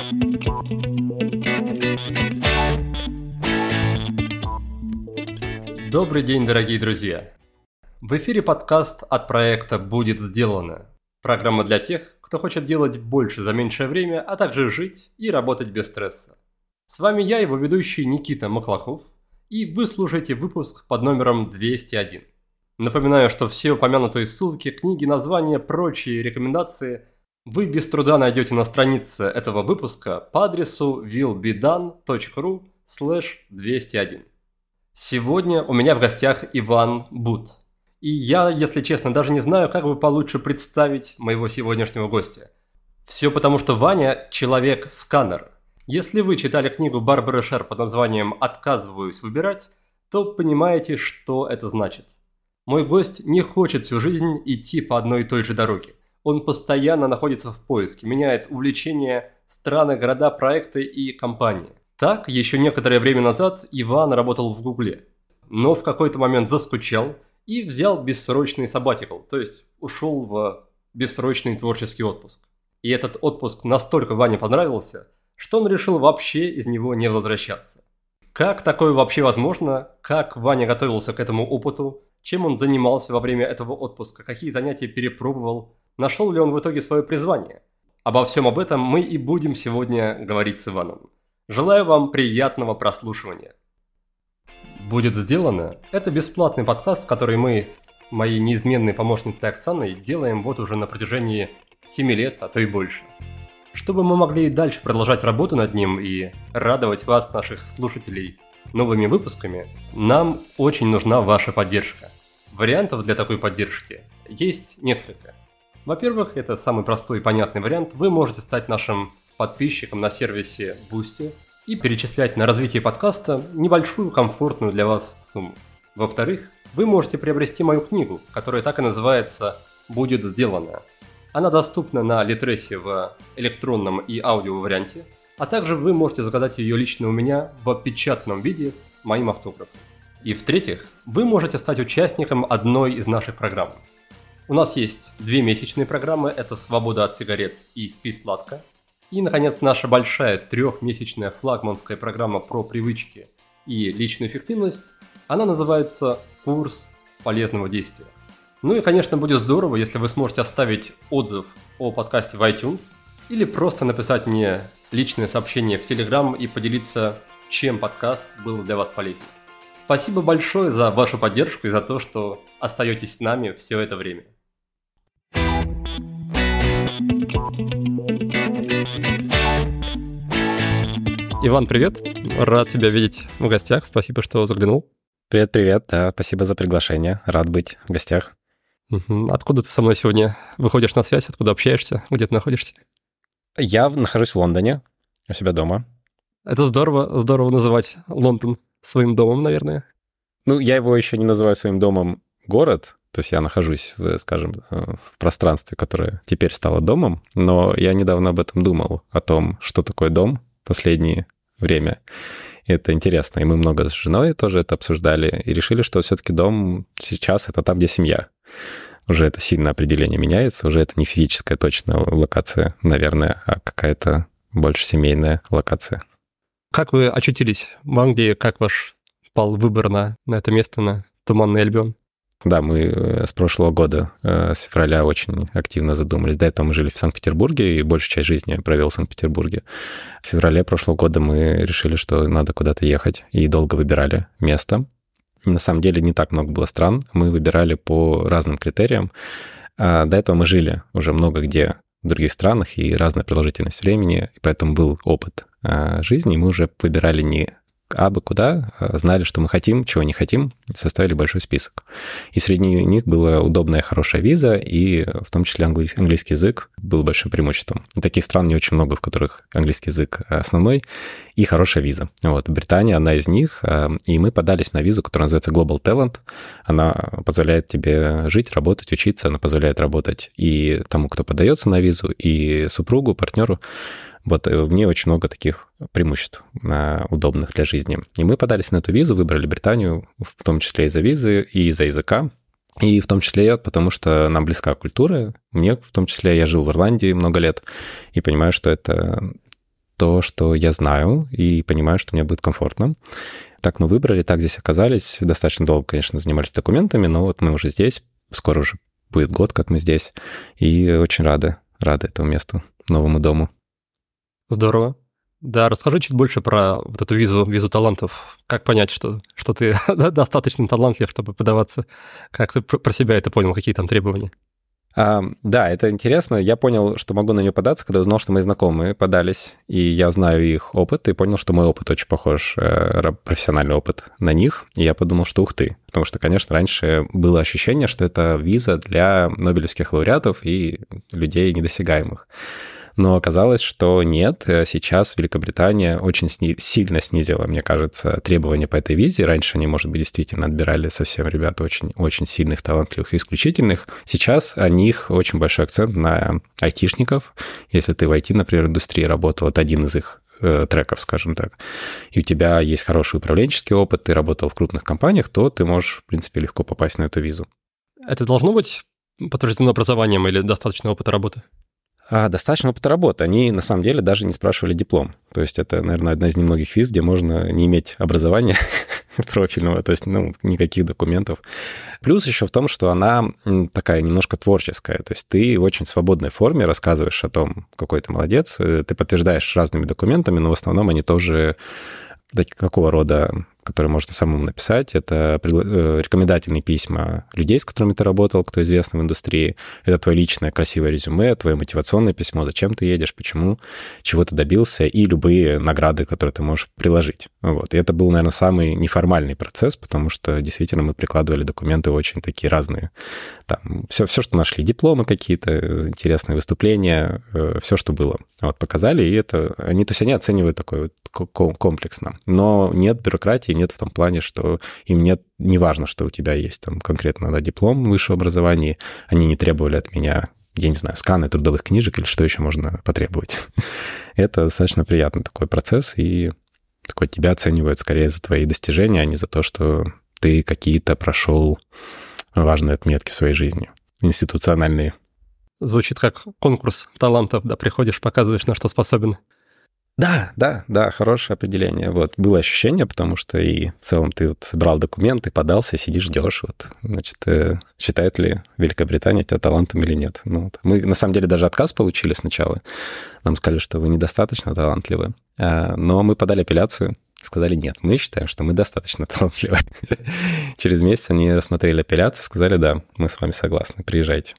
Добрый день, дорогие друзья! В эфире подкаст от проекта «Будет сделано». Программа для тех, кто хочет делать больше за меньшее время, а также жить и работать без стресса. С вами я, его ведущий Никита Маклахов, и вы слушаете выпуск под номером 201. Напоминаю, что все упомянутые ссылки, книги, названия, прочие рекомендации вы без труда найдете на странице этого выпуска по адресу willbedone.ru/201. Сегодня у меня в гостях Иван Бут. И я, если честно, даже не знаю, как бы получше представить моего сегодняшнего гостя. Все потому, что Ваня – человек-сканер. Если вы читали книгу Барбары Шер под названием «Отказываюсь выбирать», то понимаете, что это значит. Мой гость не хочет всю жизнь идти по одной и той же дороге. Он постоянно находится в поиске, меняет увлечения, страны, города, проекты и компании. Так, еще некоторое время назад Иван работал в Гугле, но в какой-то момент заскучал и взял бессрочный sabbatical, то есть ушел в бессрочный творческий отпуск. И этот отпуск настолько Ване понравился, что он решил вообще из него не возвращаться. Как такое вообще возможно? Как Ваня готовился к этому опыту? Чем он занимался во время этого отпуска? Какие занятия перепробовал? Нашел ли он в итоге свое призвание? Обо всем об этом мы и будем сегодня говорить с Иваном. Желаю вам приятного прослушивания. «Будет сделано» – это бесплатный подкаст, который мы с моей неизменной помощницей Оксаной делаем вот уже на протяжении 7 лет, а то и больше. Чтобы мы могли и дальше продолжать работу над ним и радовать вас, наших слушателей, новыми выпусками, нам очень нужна ваша поддержка. Вариантов для такой поддержки есть несколько. Во-первых, это самый простой и понятный вариант. Вы можете стать нашим подписчикам на сервисе Boosty и перечислять на развитие подкаста небольшую, комфортную для вас сумму. Во-вторых, вы можете приобрести мою книгу, которая так и называется «Будет сделано». Она доступна на Литресе в электронном и аудио варианте, а также вы можете заказать ее лично у меня в печатном виде с моим автографом. И в-третьих, вы можете стать участником одной из наших программ. У нас есть 2 месячные программы, это «Свобода от сигарет» и «Спи сладко». И, наконец, наша большая 3-месячная флагманская программа про привычки и личную эффективность, она называется «Курс полезного действия». Ну и, конечно, будет здорово, если вы сможете оставить отзыв о подкасте в iTunes или просто написать мне личное сообщение в Telegram и поделиться, чем подкаст был для вас полезен. Спасибо большое за вашу поддержку и за то, что остаетесь с нами все это время. Иван, привет. Рад тебя видеть в гостях. Спасибо, что заглянул. Привет, да, спасибо за приглашение. Рад быть в гостях. Откуда ты со мной сегодня выходишь на связь? Откуда общаешься? Где ты находишься? Я нахожусь в Лондоне, у себя дома. Это здорово называть Лондон своим домом, наверное. Ну, я его еще не называю своим домом город, то есть я нахожусь, в пространстве, которое теперь стало домом, но я недавно об этом думал, о том, что такое дом в последнее время. И это интересно, и мы много с женой тоже это обсуждали, и решили, что все-таки дом сейчас — это там, где семья. Уже это сильно определение меняется, уже это не физическая точно локация, наверное, а какая-то больше семейная локация. Как вы очутились в Англии? Как ваш пал выбор на это место, на Туманный Альбион? Да, мы с прошлого года, с февраля, очень активно задумались. До этого мы жили в Санкт-Петербурге, и большую часть жизни я провел в Санкт-Петербурге. В феврале прошлого года мы решили, что надо куда-то ехать, и долго выбирали место. На самом деле не так много было стран, мы выбирали по разным критериям. До этого мы жили уже много где в других странах, и разная продолжительность времени, и поэтому был опыт жизни, и мы уже выбирали не абы куда, знали, что мы хотим, чего не хотим, составили большой список. И среди них была удобная, хорошая виза, и в том числе английский язык был большим преимуществом. И таких стран не очень много, в которых английский язык основной, и хорошая виза. Вот, Британия одна из них, и мы подались на визу, которая называется Global Talent. Она позволяет тебе жить, работать, учиться, она позволяет работать и тому, кто подается на визу, и супругу, партнеру. Вот в ней очень много таких преимуществ, удобных для жизни. И мы подались на эту визу, выбрали Британию, в том числе из-за визы и из-за языка. И в том числе потому, что нам близка культура. Мне, в том числе, я жил в Ирландии много лет и понимаю, что это то, что я знаю и понимаю, что мне будет комфортно. Так мы выбрали, так здесь оказались. Достаточно долго, конечно, занимались документами, но вот мы уже здесь. Скоро уже будет год, как мы здесь. И очень рады этому месту, новому дому. Здорово. Да, расскажи чуть больше про вот эту визу талантов. Как понять, что ты достаточно талантлив, чтобы подаваться? Как ты про себя это понял? Какие там требования? Да, это интересно. Я понял, что могу на нее податься, когда узнал, что мои знакомые подались, и я знаю их опыт, и понял, что мой опыт очень похож, профессиональный опыт, на них, и я подумал, что ух ты. Потому что, конечно, раньше было ощущение, что это виза для нобелевских лауреатов и людей недосягаемых. Но оказалось, что нет. Сейчас Великобритания очень сильно снизила, мне кажется, требования по этой визе. Раньше они, может быть, действительно отбирали совсем ребят очень сильных, талантливых и исключительных. Сейчас у них очень большой акцент на айтишников. Если ты в IT, например, индустрии работал, это один из их треков, скажем так, и у тебя есть хороший управленческий опыт, ты работал в крупных компаниях, то ты можешь, в принципе, легко попасть на эту визу. Это должно быть подтверждено образованием или достаточно опыта работы? Достаточно опыта работы. Они, на самом деле, даже не спрашивали диплом. То есть это, наверное, одна из немногих виз, где можно не иметь образования профильного, то есть, никаких документов. Плюс еще в том, что она такая немножко творческая. То есть ты в очень свободной форме рассказываешь о том, какой ты молодец, ты подтверждаешь разными документами, но в основном они тоже какого рода, которые можно самому написать. Это рекомендательные письма людей, с которыми ты работал, кто известный в индустрии. Это твое личное красивое резюме, твое мотивационное письмо, зачем ты едешь, почему, чего ты добился, и любые награды, которые ты можешь приложить. Вот. И это был, наверное, самый неформальный процесс, потому что действительно мы прикладывали документы очень такие разные. Там все, что нашли, дипломы какие-то, интересные выступления, все, что было. Вот, показали, и это они оценивают такое вот комплексно. Но нет бюрократии, нет в том плане, что им не важно, что у тебя есть там конкретно диплом высшего образования, они не требовали от меня, я не знаю, сканы трудовых книжек или что еще можно потребовать. Это достаточно приятный такой процесс, и такой тебя оценивают скорее за твои достижения, а не за то, что ты какие-то прошел важные отметки в своей жизни, институциональные. Звучит как конкурс талантов, да, приходишь, показываешь, на что способен. Да, хорошее определение. Вот, было ощущение, потому что и в целом ты вот собрал документы, подался, сидишь, ждешь. Вот, значит, считает ли Великобритания тебя талантом или нет. Мы, на самом деле, даже отказ получили сначала. Нам сказали, что вы недостаточно талантливы. Но мы подали апелляцию, сказали, нет, мы считаем, что мы достаточно талантливы. Через месяц они рассмотрели апелляцию, сказали, да, мы с вами согласны, приезжайте.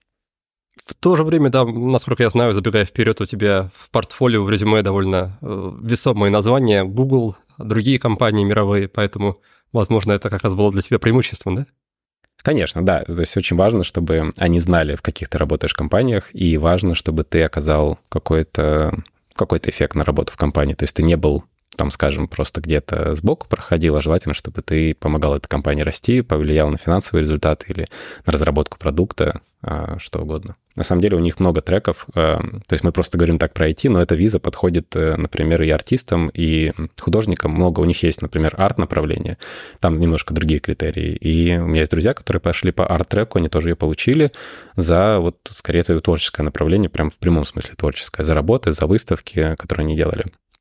В то же время, да, насколько я знаю, забегая вперед, у тебя в портфолио, в резюме довольно весомые названия, Google, другие компании мировые, поэтому, возможно, это как раз было для тебя преимуществом, да? Конечно, да. То есть очень важно, чтобы они знали, в каких ты работаешь компаниях, и важно, чтобы ты оказал какой-то эффект на работу в компании. То есть ты не был там, скажем, просто где-то сбоку проходил, а желательно, чтобы ты помогал этой компании расти, повлиял на финансовые результаты или на разработку продукта, что угодно. На самом деле у них много треков, то есть мы просто говорим так про IT, но эта виза подходит, например, и артистам, и художникам. Много у них есть, например, арт-направление, там немножко другие критерии. И у меня есть друзья, которые пошли по арт-треку, они тоже ее получили за вот скорее это творческое направление, прям в прямом смысле творческое, за работы, за выставки, которые они делали.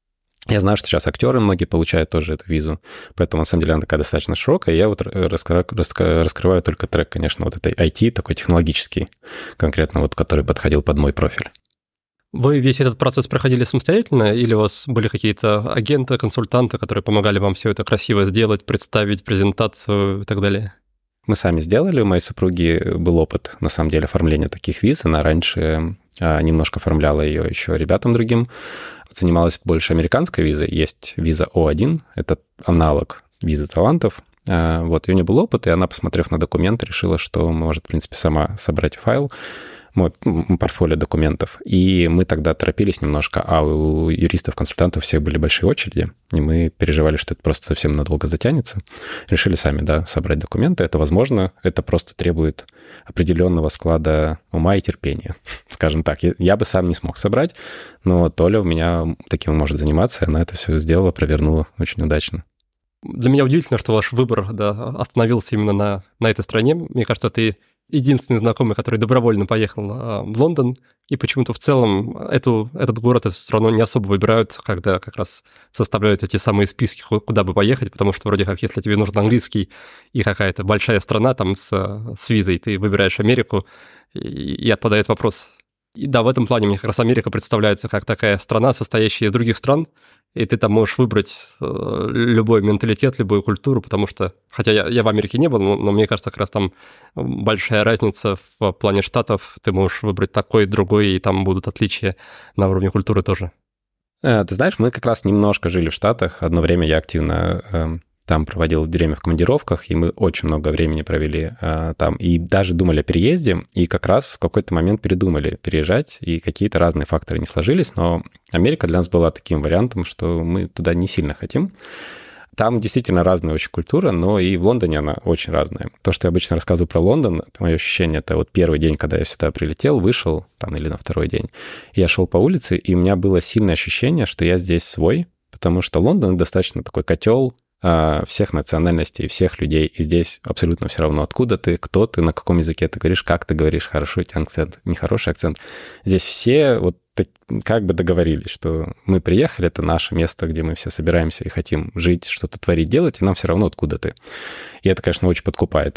Я знаю, что сейчас актеры многие получают тоже эту визу, поэтому, на самом деле, она такая достаточно широкая. Я вот раскрываю только трек, конечно, вот этой IT, такой технологический, конкретно вот, который подходил под мой профиль. Вы весь этот процесс проходили самостоятельно, или у вас были какие-то агенты, консультанты, которые помогали вам все это красиво сделать, представить презентацию и так далее? Мы сами сделали, у моей супруги был опыт, на самом деле, оформления таких виз. Она раньше немножко оформляла ее еще ребятам другим. Занималась больше американской визой. Есть виза О1, это аналог визы талантов. Вот, и у нее был опыт, и она, посмотрев на документы, решила, что может, в принципе, сама собрать файл, мой портфолио документов. И мы тогда торопились немножко, а у юристов-консультантов всех были большие очереди, и мы переживали, что это просто совсем надолго затянется. Решили сами, да, собрать документы. Это возможно, это просто требует определенного склада ума и терпения, скажем так. Я бы сам не смог собрать, но Толя у меня таким может заниматься, и она это все сделала, провернула очень удачно. Для меня удивительно, что ваш выбор, да, остановился именно на этой стране. Мне кажется, ты единственный знакомый, который добровольно поехал в Лондон, и почему-то в целом этот город все равно не особо выбирают, когда как раз составляют эти самые списки, куда бы поехать, потому что вроде как, если тебе нужен английский и какая-то большая страна там с визой, ты выбираешь Америку, и отпадает вопрос. И да, в этом плане мне как раз Америка представляется как такая страна, состоящая из других стран, и ты там можешь выбрать любой менталитет, любую культуру, потому что, хотя я в Америке не был, но мне кажется, как раз там большая разница в плане штатов, ты можешь выбрать такой, другой, и там будут отличия на уровне культуры тоже. Ты знаешь, мы как раз немножко жили в Штатах, одно время я активно там проводил время в командировках, и мы очень много времени провели там, и даже думали о переезде, и как раз в какой-то момент передумали переезжать, и какие-то разные факторы не сложились, но Америка для нас была таким вариантом, что мы туда не сильно хотим. Там действительно разная очень культура, но и в Лондоне она очень разная. То, что я обычно рассказываю про Лондон, мое ощущение, это вот первый день, когда я сюда прилетел, вышел, там, или на второй день, я шел по улице, и у меня было сильное ощущение, что я здесь свой, потому что Лондон достаточно такой котел всех национальностей, всех людей, и здесь абсолютно все равно, откуда ты, кто ты, на каком языке ты говоришь, как ты говоришь, хороший у тебя акцент, нехороший акцент. Здесь все вот как бы договорились, что мы приехали, это наше место, где мы все собираемся и хотим жить, что-то творить, делать, и нам все равно, откуда ты. И это, конечно, очень подкупает.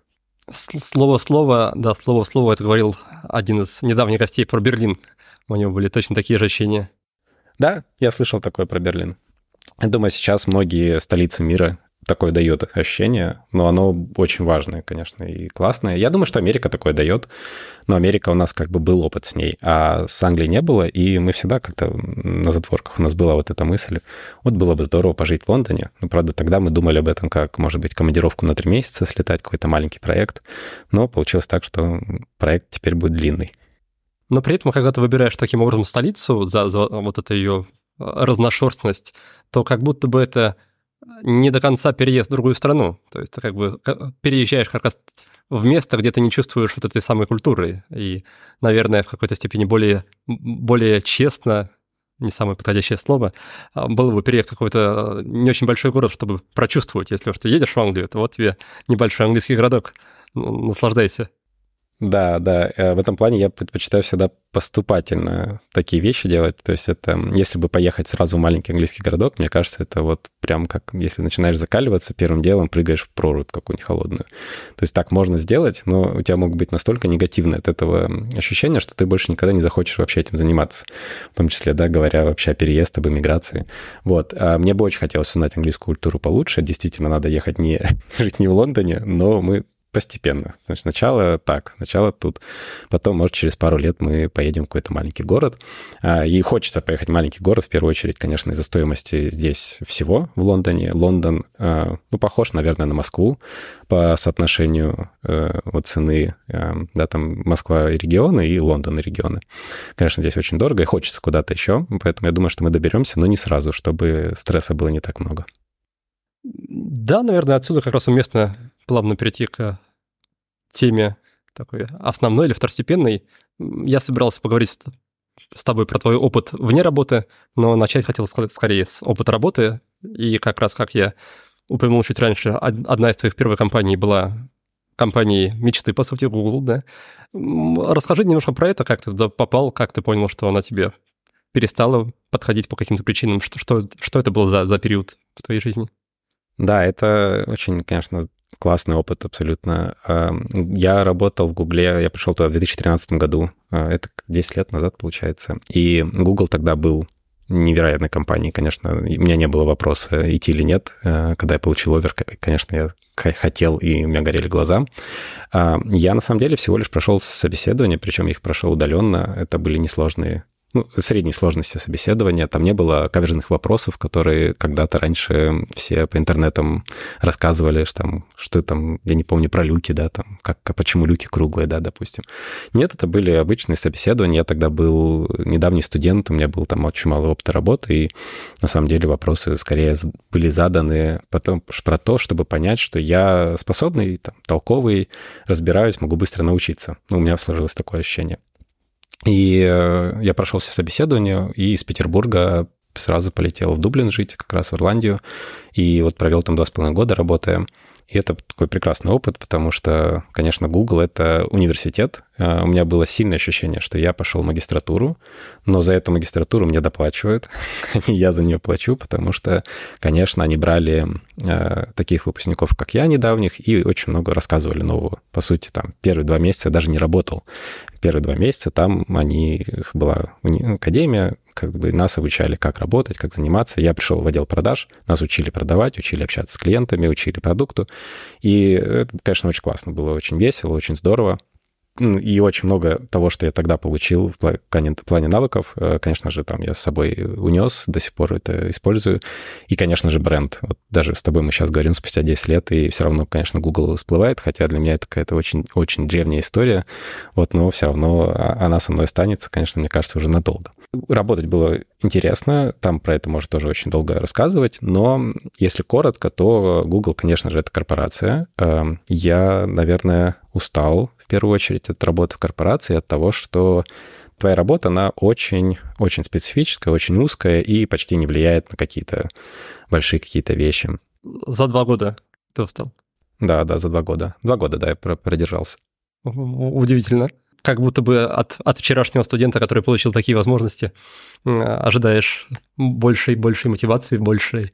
Слово в слово, это говорил один из недавних гостей про Берлин. У него были точно такие же ощущения. Да, я слышал такое про Берлин. Я думаю, сейчас многие столицы мира такое дает ощущение, но оно очень важное, конечно, и классное. Я думаю, что Америка такое дает, но Америка у нас как бы был опыт с ней, а с Англией не было, и мы всегда как-то на затворках у нас была вот эта мысль, вот было бы здорово пожить в Лондоне. Ну, правда, тогда мы думали об этом как, может быть, командировку на 3 месяца слетать, какой-то маленький проект, но получилось так, что проект теперь будет длинный. Но при этом, когда ты выбираешь таким образом столицу за вот эту ее разношерстность, то как будто бы это не до конца переезд в другую страну. То есть ты как бы переезжаешь как раз в место, где ты не чувствуешь вот этой самой культуры. И, наверное, в какой-то степени более честно, не самое подходящее слово, было бы переехать в какой-то не очень большой город, чтобы прочувствовать. Если уж ты едешь в Англию, то вот тебе небольшой английский городок. Наслаждайся. Да, в этом плане я предпочитаю всегда поступательно такие вещи делать. То есть это, если бы поехать сразу в маленький английский городок, мне кажется, это вот прям как, если начинаешь закаливаться, первым делом прыгаешь в прорубь какую-нибудь холодную. То есть так можно сделать, но у тебя могут быть настолько негативные от этого ощущения, что ты больше никогда не захочешь вообще этим заниматься. В том числе, да, говоря вообще о переезде, об эмиграции. Вот. А мне бы очень хотелось узнать английскую культуру получше. Действительно, надо ехать жить не в Лондоне, но мы постепенно. Значит, сначала тут. Потом, может, через пару лет мы поедем в какой-то маленький город. И хочется поехать в маленький город, в первую очередь, конечно, из-за стоимости здесь всего в Лондоне. Лондон, похож, наверное, на Москву по соотношению вот цены, да, там Москва и регионы, и Лондон и регионы. Конечно, здесь очень дорого, и хочется куда-то еще, поэтому я думаю, что мы доберемся, но не сразу, чтобы стресса было не так много. Да, наверное, отсюда как раз уместно плавно перейти к теме такой основной или второстепенной. Я собирался поговорить с тобой про твой опыт вне работы, но начать хотел скорее с опыта работы. И как раз, как я упомянул чуть раньше, одна из твоих первых компаний была компанией мечты, по сути, Google, да? Расскажи немножко про это, как ты туда попал, как ты понял, что она тебе перестала подходить по каким-то причинам, что это был за период в твоей жизни? Да, это очень, конечно, классный опыт абсолютно. Я работал в Гугле, я пришел туда в 2013 году, это 10 лет назад, получается. И Google тогда был невероятной компанией, конечно. У меня не было вопроса, идти или нет. Когда я получил оффер, конечно, я хотел, и у меня горели глаза. Я, на самом деле, всего лишь прошел собеседование, причем я их прошел удаленно. Это были несложные, средней сложности собеседования. Там не было каверзных вопросов, которые когда-то раньше все по интернетам рассказывали, что там, я не помню, про люки, да, там, почему люки круглые, да, допустим. Нет, это были обычные собеседования. Я тогда был недавний студент, у меня был там очень мало опыта работы, и на самом деле вопросы скорее были заданы потом про то, чтобы понять, что я способный, там, толковый, разбираюсь, могу быстро научиться. У меня сложилось такое ощущение. И я прошел все собеседования, и из Петербурга сразу полетел в Дублин жить, как раз в Ирландию, и вот провел там 2,5 года, работая. И это такой прекрасный опыт, потому что, конечно, Google — это университет. У меня было сильное ощущение, что я пошел в магистратуру, но за эту магистратуру мне доплачивают, а не я за нее плачу, потому что, конечно, они брали таких выпускников, как я, недавних, и очень много рассказывали нового. По сути, там первые 2 месяца я даже не работал. Первые 2 месяца там их была академия, как бы нас обучали, как работать, как заниматься. Я пришел в отдел продаж, нас учили продавать, учили общаться с клиентами, учили продукту. И это, конечно, очень классно было, очень весело, очень здорово. И очень много того, что я тогда получил в плане навыков, конечно же, там я с собой унес, до сих пор это использую. И, конечно же, бренд. Вот даже с тобой мы сейчас говорим спустя 10 лет, и все равно, конечно, Google всплывает, хотя для меня это какая-то очень, очень древняя история, вот, но все равно она со мной останется, конечно, мне кажется, уже надолго. Работать было интересно, там про это можно тоже очень долго рассказывать, но если коротко, то Google, конечно же, это корпорация. Я, наверное, устал в первую очередь от работы в корпорации, от того, что твоя работа, она очень, очень специфическая, очень узкая и почти не влияет на какие-то большие какие-то вещи. За 2 года ты устал? Да, за 2 года. 2 года, да, я продержался. Удивительно. Как будто бы от вчерашнего студента, который получил такие возможности, ожидаешь большей мотивации, большей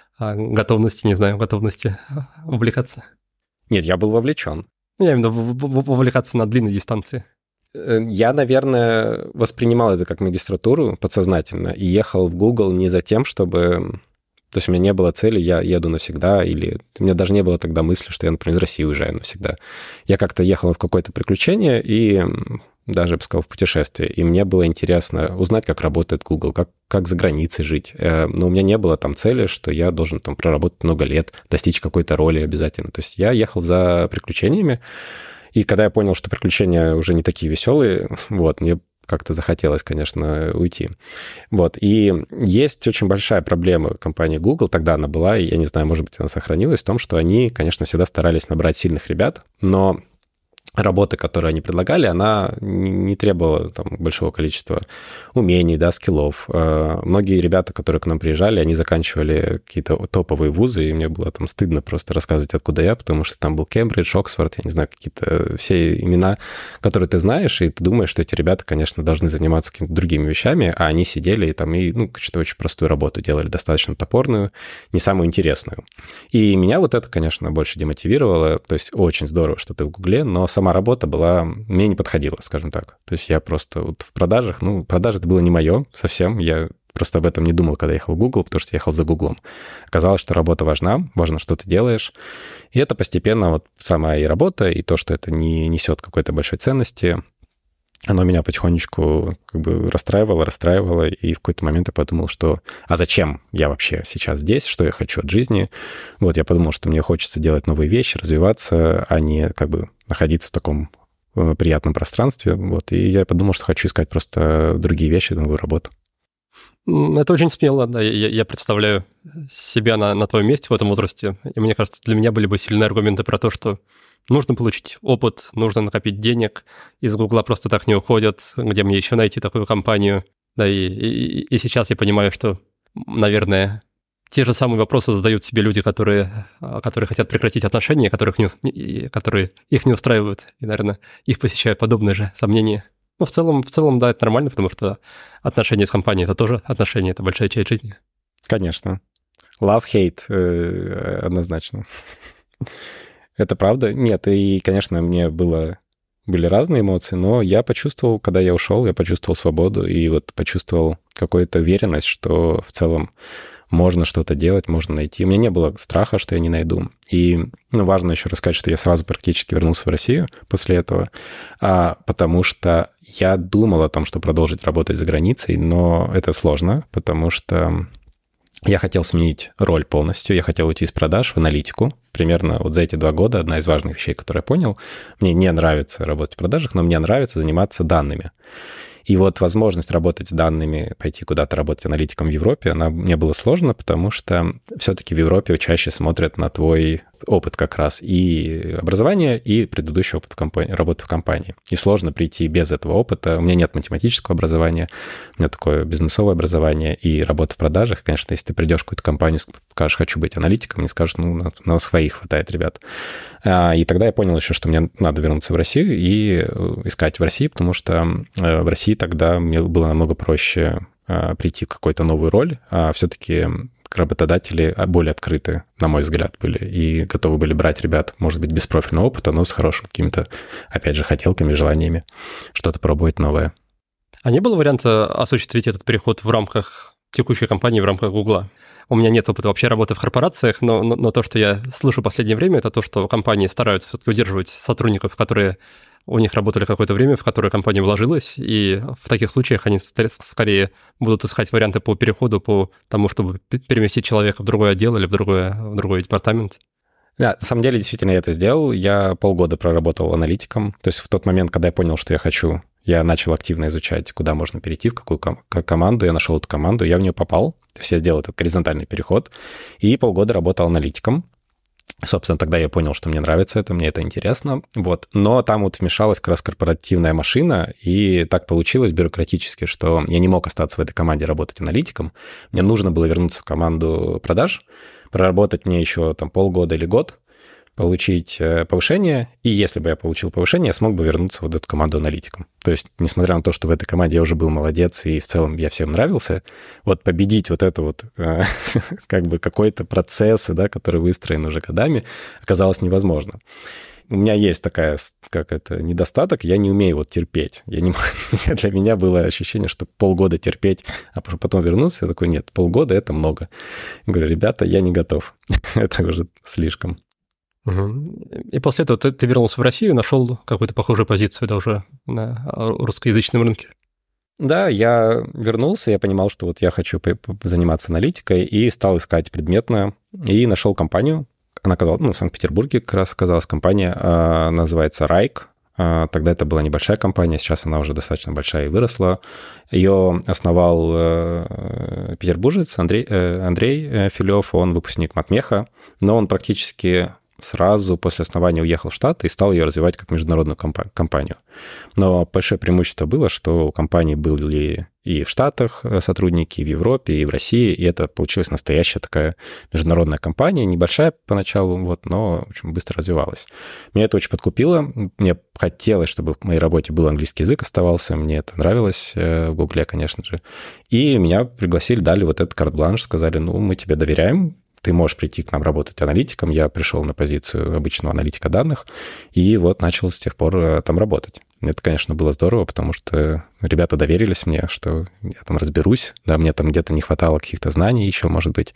готовности увлекаться. Нет, я был вовлечен. Я имею в виду вовлекаться на длинной дистанции. Я, наверное, воспринимал это как магистратуру подсознательно и ехал в Google не за тем, чтобы... То есть у меня не было цели, я еду навсегда, или у меня даже не было тогда мысли, что я, например, из России уезжаю навсегда. Я как-то ехал в какое-то приключение и даже, я бы сказал, в путешествие. И мне было интересно узнать, как работает Google, как за границей жить. Но у меня не было там цели, что я должен там проработать много лет, достичь какой-то роли обязательно. То есть я ехал за приключениями, и когда я понял, что приключения уже не такие веселые, вот, мне как-то захотелось, конечно, уйти. Вот. И есть очень большая проблема компании Google, тогда она была, и я не знаю, может быть, она сохранилась, в том, что они, конечно, всегда старались набрать сильных ребят, но работа, которую они предлагали, она не требовала там большого количества умений, да, скиллов. Многие ребята, которые к нам приезжали, они заканчивали какие-то топовые вузы, и мне было там стыдно просто рассказывать, откуда я, потому что там был Кембридж, Оксфорд, я не знаю, какие-то все имена, которые ты знаешь, и ты думаешь, что эти ребята, конечно, должны заниматься какими-то другими вещами, а они сидели и там что-то очень простую работу делали, достаточно топорную, не самую интересную. И меня вот это, конечно, больше демотивировало, то есть очень здорово, что ты в Гугле, но сама работа мне не подходила, скажем так. То есть я просто вот в продажах, продажи это было не мое совсем, я просто об этом не думал, когда ехал в Google, потому что ехал за Гуглом. Оказалось, что работа важна, важно, что ты делаешь. И это постепенно вот сама и работа, и то, что это не несет какой-то большой ценности, оно меня потихонечку как бы расстраивало, и в какой-то момент я подумал, что а зачем я вообще сейчас здесь, что я хочу от жизни? Вот я подумал, что мне хочется делать новые вещи, развиваться, а не как бы находиться в таком приятном пространстве. Вот, и я подумал, что хочу искать просто другие вещи, новую работу. Это очень смело, да. Я представляю себя на твоем месте в этом возрасте, и мне кажется, для меня были бы сильные аргументы про то, что нужно получить опыт, нужно накопить денег, из Гугла просто так не уходят, где мне еще найти такую компанию. Да, и сейчас я понимаю, что, наверное, те же самые вопросы задают себе люди, которые хотят прекратить отношения, которые их не устраивают, и, наверное, их посещают подобные же сомнения. Но в целом, да, это нормально, потому что отношения с компанией — это тоже отношения, это большая часть жизни. Конечно. Love-hate однозначно. Это правда? Нет, и, конечно, мне были разные эмоции, но я почувствовал, когда я ушел, я почувствовал свободу и вот почувствовал какую-то уверенность, что в целом можно что-то делать, можно найти. У меня не было страха, что я не найду. И важно еще рассказать, что я сразу практически вернулся в Россию после этого, потому что я думал о том, что продолжить работать за границей, но это сложно, потому что я хотел сменить роль полностью, я хотел уйти из продаж в аналитику. Примерно вот за эти 2 года одна из важных вещей, которую я понял, мне не нравится работать в продажах, но мне нравится заниматься данными. И вот возможность работать с данными, пойти куда-то работать аналитиком в Европе, мне было сложно, потому что все-таки в Европе чаще смотрят на твой опыт как раз и образование, и предыдущий опыт работы в компании. И сложно прийти без этого опыта. У меня нет математического образования, у меня такое бизнесовое образование и работа в продажах. Конечно, если ты придешь в какую-то компанию, скажешь, хочу быть аналитиком, мне скажут, на своих хватает ребят. И тогда я понял еще, что мне надо вернуться в Россию и искать в России, потому что в России тогда мне было намного проще прийти в какую-то новую роль, а все-таки работодатели более открыты, на мой взгляд, были и готовы были брать ребят, может быть, без профильного опыта, но с хорошими какими-то, опять же, хотелками, желаниями что-то пробовать новое. А не было варианта осуществить этот переход в рамках текущей компании, в рамках Гугла? У меня нет опыта вообще работы в корпорациях, но то, что я слышу в последнее время, это то, что компании стараются все-таки удерживать сотрудников, которые у них работали какое-то время, в которое компания вложилась, и в таких случаях они скорее будут искать варианты по переходу, по тому, чтобы переместить человека в другой отдел или в другой департамент. Да, на самом деле, действительно, я это сделал. Я полгода проработал аналитиком. То есть в тот момент, когда я понял, что я хочу, я начал активно изучать, куда можно перейти, в какую команду. Я нашел эту команду, я в нее попал. То есть я сделал этот горизонтальный переход. И полгода работал аналитиком. Собственно, тогда я понял, что мне нравится это, мне это интересно. Вот. Но там вот вмешалась как раз корпоративная машина, и так получилось бюрократически, что я не мог остаться в этой команде работать аналитиком. Мне нужно было вернуться в команду продаж, проработать мне еще там полгода или год, получить повышение, и если бы я получил повышение, я смог бы вернуться в вот эту команду аналитиком. То есть, несмотря на то, что в этой команде я уже был молодец, и в целом я всем нравился, вот победить вот это вот как бы какой-то процесс, да, который выстроен уже годами, оказалось невозможно. У меня есть такая, как это, недостаток, я не умею вот терпеть. Для меня было ощущение, что полгода терпеть, а потом вернуться, я такой, нет, полгода — это много. Я говорю, ребята, я не готов. Это уже слишком. Угу. И после этого ты вернулся в Россию, нашел какую-то похожую позицию, да, уже на русскоязычном рынке? Да, я вернулся, я понимал, что вот я хочу заниматься аналитикой, и стал искать предметно, и нашел компанию. Она оказалась, в Санкт-Петербурге как раз оказалась компания, называется Райк. Тогда это была небольшая компания, сейчас она уже достаточно большая и выросла. Ее основал петербуржец Андрей Филев, он выпускник матмеха, но он практически сразу после основания уехал в Штаты и стал ее развивать как международную компанию. Но большое преимущество было, что у компании были и в Штатах сотрудники, и в Европе, и в России, и это получилась настоящая такая международная компания, небольшая поначалу, но очень быстро развивалась. Меня это очень подкупило, мне хотелось, чтобы в моей работе был английский язык оставался, мне это нравилось в Гугле, конечно же. И меня пригласили, дали вот этот карт-бланш, сказали, мы тебе доверяем, ты можешь прийти к нам работать аналитиком. Я пришел на позицию обычного аналитика данных, и вот начал с тех пор там работать. Это, конечно, было здорово, потому что ребята доверились мне, что я там разберусь. Да, мне там где-то не хватало каких-то знаний еще, может быть.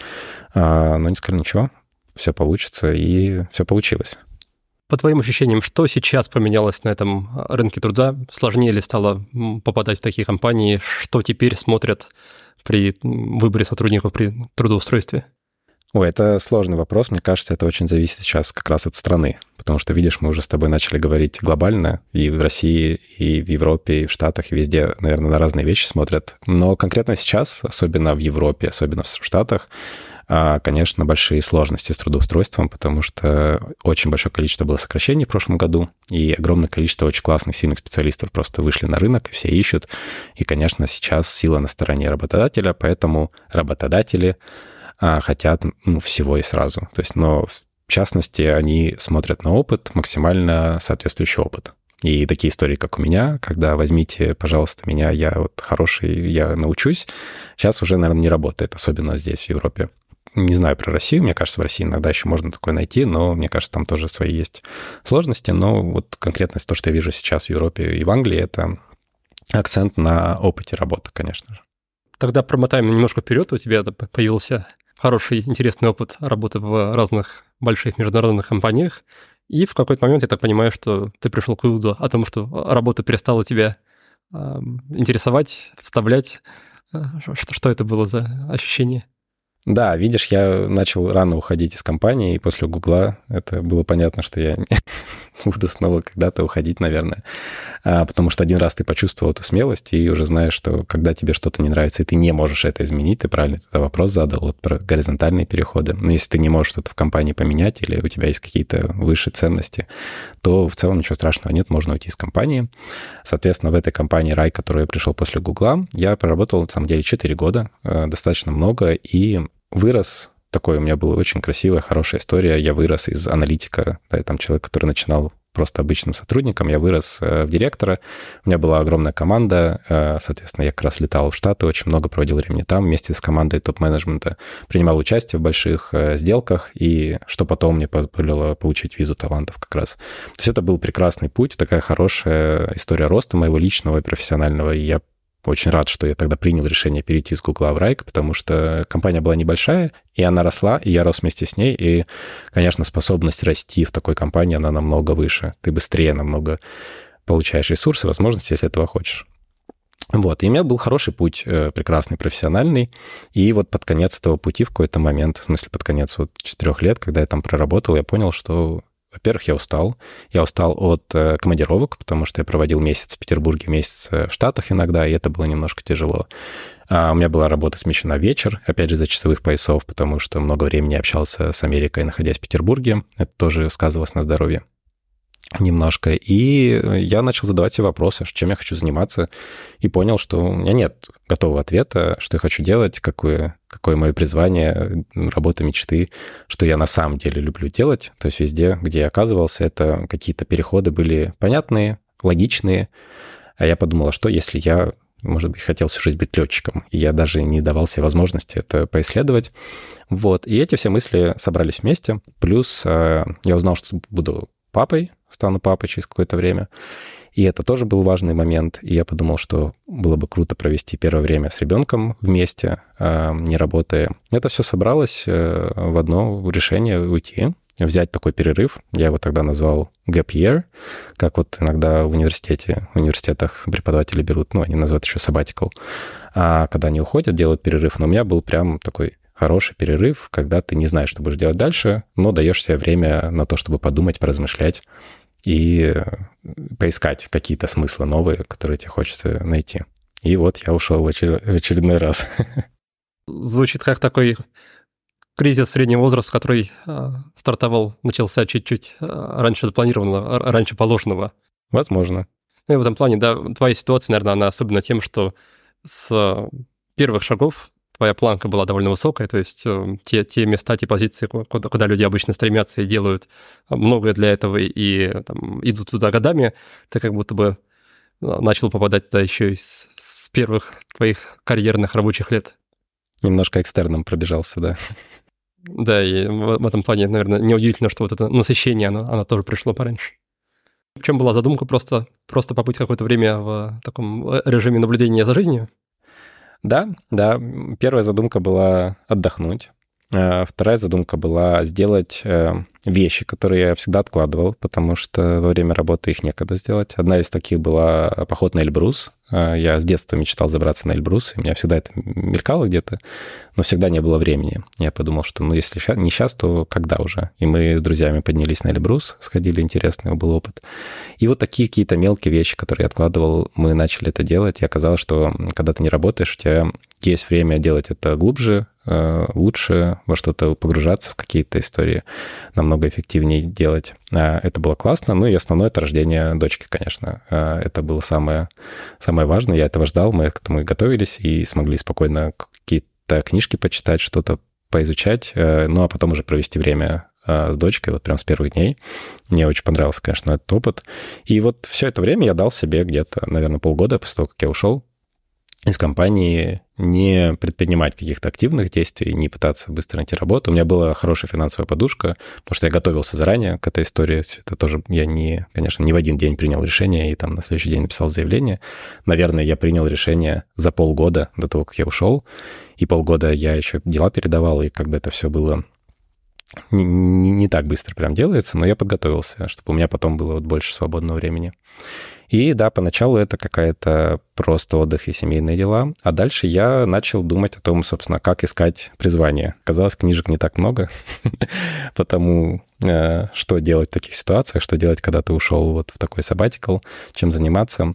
Но не сказали, ничего, все получится, и все получилось. По твоим ощущениям, что сейчас поменялось на этом рынке труда? Сложнее ли стало попадать в такие компании? Что теперь смотрят при выборе сотрудников при трудоустройстве? Ой, это сложный вопрос. Мне кажется, это очень зависит сейчас как раз от страны. Потому что, видишь, мы уже с тобой начали говорить глобально. И в России, и в Европе, и в Штатах, и везде, наверное, на разные вещи смотрят. Но конкретно сейчас, особенно в Европе, особенно в Штатах, конечно, большие сложности с трудоустройством, потому что очень большое количество было сокращений в прошлом году, и огромное количество очень классных, сильных специалистов просто вышли на рынок, все ищут. И, конечно, сейчас сила на стороне работодателя, поэтому работодатели хотят всего и сразу. То есть, но в частности, они смотрят на опыт, максимально соответствующий опыт. И такие истории, как у меня, когда возьмите, пожалуйста, меня, я вот хороший, я научусь, сейчас уже, наверное, не работает, особенно здесь, в Европе. Не знаю про Россию, мне кажется, в России иногда еще можно такое найти, но мне кажется, там тоже свои есть сложности. Но вот конкретно то, что я вижу сейчас в Европе и в Англии, это акцент на опыте работы, конечно же. Тогда промотаем немножко вперед. У тебя появился хороший, интересный опыт работы в разных больших международных компаниях. И в какой-то момент, я так понимаю, что ты пришел к выводу о том, что работа перестала тебя интересовать, вставлять. Что это было за ощущение? Да, видишь, я начал рано уходить из компании, и после Гугла это было понятно, что я буду снова когда-то уходить, наверное. Потому что один раз ты почувствовал эту смелость, и уже знаешь, что когда тебе что-то не нравится, и ты не можешь это изменить, ты правильно этот вопрос задал, вот про горизонтальные переходы. Но если ты не можешь что-то в компании поменять, или у тебя есть какие-то высшие ценности, то в целом ничего страшного нет, можно уйти из компании. Соответственно, в этой компании Рай, в которую я пришел после Гугла, я проработал, на самом деле, 4 года, достаточно много, и вырос. Такой у меня была очень красивая, хорошая история. Я вырос из аналитика, да, там человек, который начинал просто обычным сотрудником, я вырос в директора. У меня была огромная команда, соответственно, я как раз летал в Штаты, очень много проводил времени там вместе с командой топ-менеджмента, принимал участие в больших сделках, и что потом мне позволило получить визу талантов как раз. То есть это был прекрасный путь, такая хорошая история роста моего личного и профессионального, и я очень рад, что я тогда принял решение перейти с Гугла в Райк, потому что компания была небольшая, и она росла, и я рос вместе с ней. И, конечно, способность расти в такой компании, она намного выше. Ты быстрее намного получаешь ресурсы, возможности, если этого хочешь. Вот, и у меня был хороший путь, прекрасный, профессиональный. И вот под конец этого пути в какой-то момент, в смысле под конец вот 4 лет, когда я там проработал, я понял, что... Во-первых, я устал. Я устал от командировок, потому что я проводил месяц в Петербурге, месяц в Штатах иногда, и это было немножко тяжело. У меня была работа смещена в вечер, опять же, из-за часовых поясов, потому что много времени общался с Америкой, находясь в Петербурге. Это тоже сказывалось на здоровье немножко. И я начал задавать себе вопросы, чем я хочу заниматься, и понял, что у меня нет готового ответа, что я хочу делать, какое мое призвание, работа мечты, что я на самом деле люблю делать. То есть везде, где я оказывался, это какие-то переходы были понятные, логичные. А я подумал, а что если я, может быть, хотел всю жизнь быть летчиком, и я даже не давал себе возможности это поисследовать. Вот. И эти все мысли собрались вместе. Плюс я узнал, что буду папой, стану папой через какое-то время. И это тоже был важный момент. И я подумал, что было бы круто провести первое время с ребенком вместе, не работая. Это все собралось в одно решение уйти, взять такой перерыв. Я его тогда назвал gap year, как вот иногда в университетах преподаватели берут, они называют еще sabbatical. А когда они уходят, делают перерыв. Но у меня был прям такой хороший перерыв, когда ты не знаешь, что будешь делать дальше, но даешь себе время на то, чтобы подумать, поразмышлять и поискать какие-то смыслы новые, которые тебе хочется найти. И вот я ушел в очередной раз. Звучит как такой кризис среднего возраста, который начался чуть-чуть раньше запланированного, раньше положенного. Возможно. Ну и в этом плане, да, твоя ситуация, наверное, она особенно тем, что с первых шагов твоя планка была довольно высокая, то есть те места, те позиции, куда люди обычно стремятся и делают многое для этого и там, идут туда годами, ты как будто бы начал попадать туда еще и с первых твоих карьерных рабочих лет. Немножко экстерном пробежался, да. Да, и в этом плане, наверное, неудивительно, что вот это насыщение, оно тоже пришло пораньше. В чем была задумка? Просто побыть какое-то время в таком режиме наблюдения за жизнью? Да. Первая задумка была отдохнуть. Вторая задумка была сделать вещи, которые я всегда откладывал, потому что во время работы их некогда сделать. Одна из таких была поход на Эльбрус. Я с детства мечтал забраться на Эльбрус, и у меня всегда это мелькало где-то, но всегда не было времени. Я подумал, что если не сейчас, то когда уже? И мы с друзьями поднялись на Эльбрус, сходили, интересный был опыт. И вот такие какие-то мелкие вещи, которые я откладывал, мы начали это делать, и оказалось, что когда ты не работаешь, у тебя есть время делать это глубже, лучше во что-то погружаться, в какие-то истории намного эффективнее делать. Это было классно. Ну и основное — это рождение дочки, конечно. Это было самое важное. Я этого ждал, мы к этому и готовились, и смогли спокойно какие-то книжки почитать, что-то поизучать, ну а потом уже провести время с дочкой, вот прям с первых дней. Мне очень понравился, конечно, этот опыт. И вот все это время я дал себе где-то, наверное, полгода после того, как я ушел из компании, не предпринимать каких-то активных действий, не пытаться быстро найти работу. У меня была хорошая финансовая подушка, потому что я готовился заранее к этой истории. Это тоже я конечно, не в один день принял решение и там на следующий день написал заявление. Наверное, я принял решение за полгода до того, как я ушел. И полгода я еще дела передавал, и как бы это все было не так быстро прям делается, но я подготовился, чтобы у меня потом было вот больше свободного времени. И да, поначалу это какая-то просто отдых и семейные дела, а дальше я начал думать о том, собственно, как искать призвание. Казалось, книжек не так много, потому что делать в таких ситуациях, что делать, когда ты ушел вот в такой sabbatical, чем заниматься.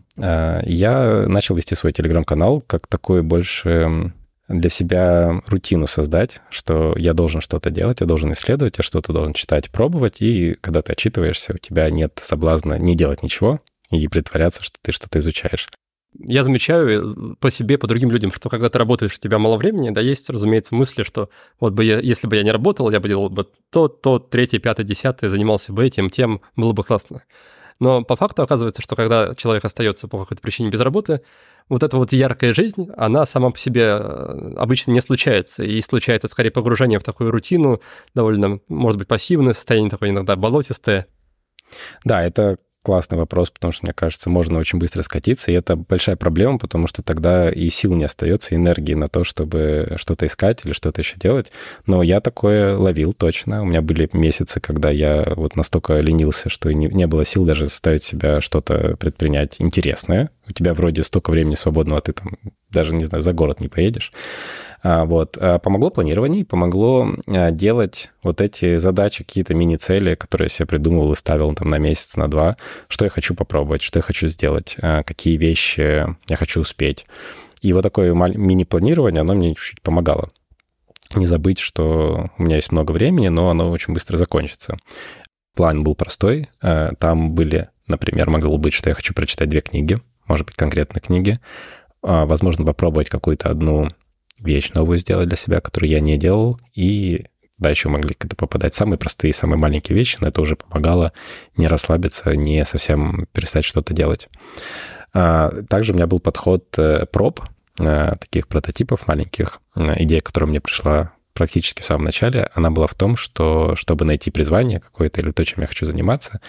Я начал вести свой телеграм-канал как такой больше для себя рутину создать, что я должен что-то делать, я должен исследовать, я что-то должен читать, пробовать, и когда ты отчитываешься, у тебя нет соблазна не делать ничего и притворяться, что ты что-то изучаешь. Я замечаю по себе, по другим людям, что когда ты работаешь, у тебя мало времени, да, есть, разумеется, мысли, что вот бы если бы я не работал, я бы делал бы то, 3, 5, 10, занимался бы этим, тем, было бы классно. Но по факту оказывается, что когда человек остается по какой-то причине без работы, вот эта вот яркая жизнь, она сама по себе обычно не случается. И случается скорее погружение в такую рутину, довольно, может быть, пассивное состояние, такое иногда болотистое. Да, это классный вопрос, потому что, мне кажется, можно очень быстро скатиться, и это большая проблема, потому что тогда и сил не остается, и энергии на то, чтобы что-то искать или что-то еще делать. Но я такое ловил точно. У меня были месяцы, когда я вот настолько ленился, что не было сил даже заставить себя что-то предпринять интересное. У тебя вроде столько времени свободного, а ты там даже, не знаю, за город не поедешь. Вот. Помогло планирование, помогло делать вот эти задачи, какие-то мини-цели, которые я себе придумывал и ставил там на месяц, на 2, что я хочу попробовать, что я хочу сделать, какие вещи я хочу успеть. И вот такое мини-планирование, оно мне чуть-чуть помогало. Не забыть, что у меня есть много времени, но оно очень быстро закончится. План был простой. Там были, например, могло быть, что я хочу прочитать 2 книги, может быть, конкретно книги. Возможно, попробовать какую-то одну вещь новую сделать для себя, которую я не делал, и да, еще могли когда попадать самые простые, самые маленькие вещи, но это уже помогало не расслабиться, не совсем перестать что-то делать. Также у меня был подход проб, таких прототипов маленьких. Идея, которая мне пришла практически в самом начале, она была в том, что чтобы найти призвание какое-то или то, чем я хочу заниматься,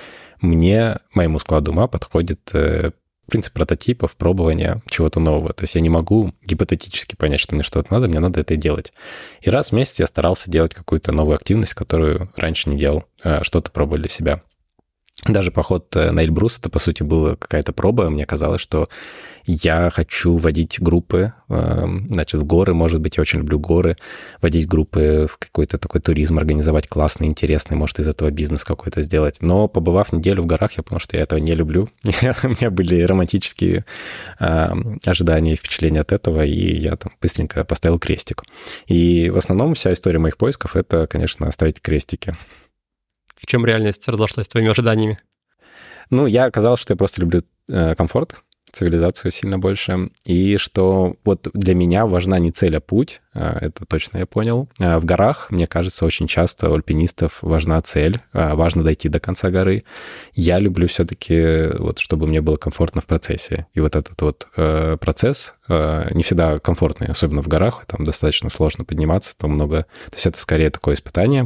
моему складу ума подходит принцип прототипов, пробования чего-то нового. То есть я не могу гипотетически понять, что мне что-то надо, мне надо это делать. И раз в месяц я старался делать какую-то новую активность, которую раньше не делал, что-то пробовать для себя. Даже поход на Эльбрус, это, по сути, была какая-то проба. Мне казалось, что я хочу водить группы, значит, в горы, может быть, я очень люблю горы, водить группы в какой-то такой туризм, организовать классный, интересный, может, из этого бизнес какой-то сделать. Но, побывав неделю в горах, я понял, что я этого не люблю. У меня были романтические ожидания и впечатления от этого, и я там быстренько поставил крестик. И в основном вся история моих поисков — это, конечно, ставить крестики. В чем реальность разошлась с твоими ожиданиями? Ну, я оказалось, что я просто люблю комфорт, цивилизацию сильно больше, и что вот для меня важна не цель, а путь, это точно я понял. В горах, мне кажется, очень часто у альпинистов важна цель, важно дойти до конца горы. Я люблю все-таки, вот, чтобы мне было комфортно в процессе. И вот этот вот процесс не всегда комфортный, особенно в горах, там достаточно сложно подниматься, там много... То есть это скорее такое испытание,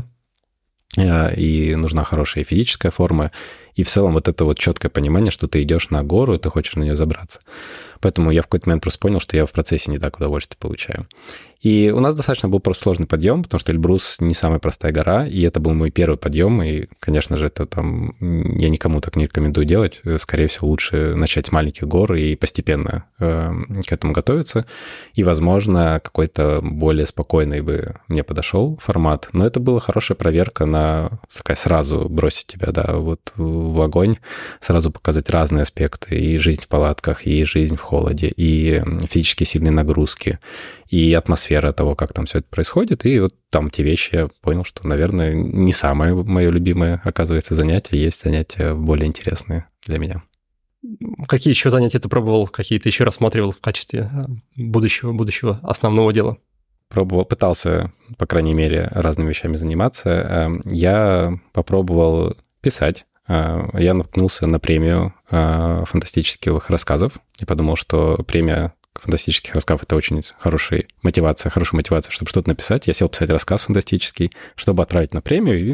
и нужна хорошая физическая форма, и в целом вот это вот четкое понимание, что ты идешь на гору, и ты хочешь на нее забраться. Поэтому я в какой-то момент просто понял, что я в процессе не так удовольствие получаю. И у нас достаточно был просто сложный подъем, потому что Эльбрус не самая простая гора, и это был мой первый подъем, и, конечно же, это там я никому так не рекомендую делать. Скорее всего, лучше начать с маленьких гор и постепенно к этому готовиться. И, возможно, какой-то более спокойный бы мне подошел формат. Но это была хорошая проверка на такая сразу бросить тебя, да, вот в огонь, сразу показать разные аспекты, и жизнь в палатках, и жизнь в холоде, и физически сильные нагрузки, и атмосфера того, как там все это происходит. И вот там те вещи я понял, что, наверное, не самое мое любимое, оказывается, занятие. Есть занятия более интересные для меня. Какие еще занятия ты пробовал, какие ты еще рассматривал в качестве будущего основного дела? Пытался, по крайней мере, разными вещами заниматься. Я попробовал писать. Я наткнулся на премию фантастических рассказов и подумал, что премия фантастических рассказов — это очень хорошая мотивация, чтобы что-то написать. Я сел писать рассказ фантастический, чтобы отправить на премию, и вот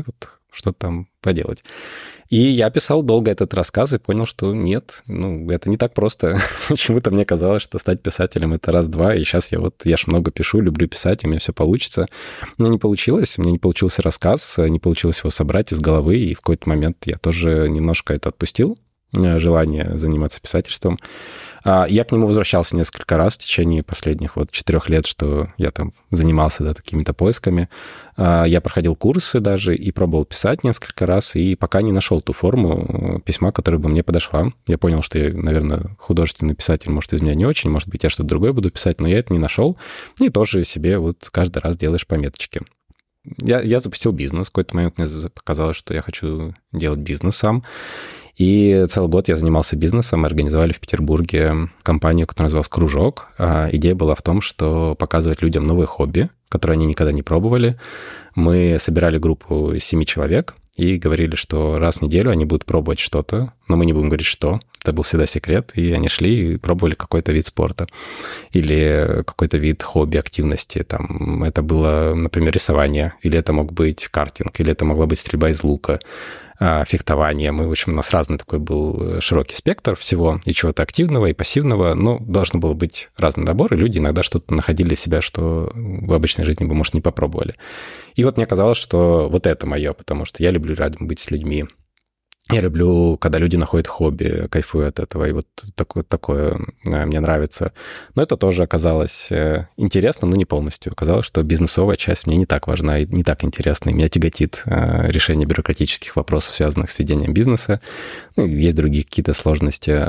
что-то там поделать. И я писал долго этот рассказ и понял, что нет, это не так просто. Почему-то мне казалось, что стать писателем — это раз-два, и сейчас я ж много пишу, люблю писать, и у меня все получится. Мне не получился рассказ, не получилось его собрать из головы, и в какой-то момент я тоже немножко это отпустил, желание заниматься писательством. Я к нему возвращался несколько раз в течение последних 4 лет, что я там занимался какими-то поисками. Я проходил курсы даже и пробовал писать несколько раз, и пока не нашел ту форму письма, которая бы мне подошла. Я понял, что я, наверное, художественный писатель, может, из меня не очень, может быть, я что-то другое буду писать, но я это не нашел. И тоже себе каждый раз делаешь пометочки. Я запустил бизнес. В какой-то момент мне показалось, что я хочу делать бизнес сам. И целый год я занимался бизнесом. Мы организовали в Петербурге компанию, которая называлась «Кружок». Идея была в том, что показывать людям новые хобби, которые они никогда не пробовали. Мы собирали группу из 7 человек и говорили, что раз в неделю они будут пробовать что-то, но мы не будем говорить, что. Это был всегда секрет. И они шли и пробовали какой-то вид спорта или какой-то вид хобби, активности. Там это было, например, рисование, или это мог быть картинг, или это могла быть стрельба из лука, фехтование. В общем, у нас разный такой был широкий спектр всего, и чего-то активного, и пассивного, но должно было быть разный набор, и люди иногда что-то находили для себя, что в обычной жизни бы, может, не попробовали. И мне казалось, что это мое, потому что я люблю рядом быть с людьми. Я люблю, когда люди находят хобби, кайфуют от этого, и такое мне нравится. Но это тоже оказалось интересно, но не полностью. Оказалось, что бизнесовая часть мне не так важна и не так интересна, и меня тяготит решение бюрократических вопросов, связанных с ведением бизнеса. Есть другие какие-то сложности.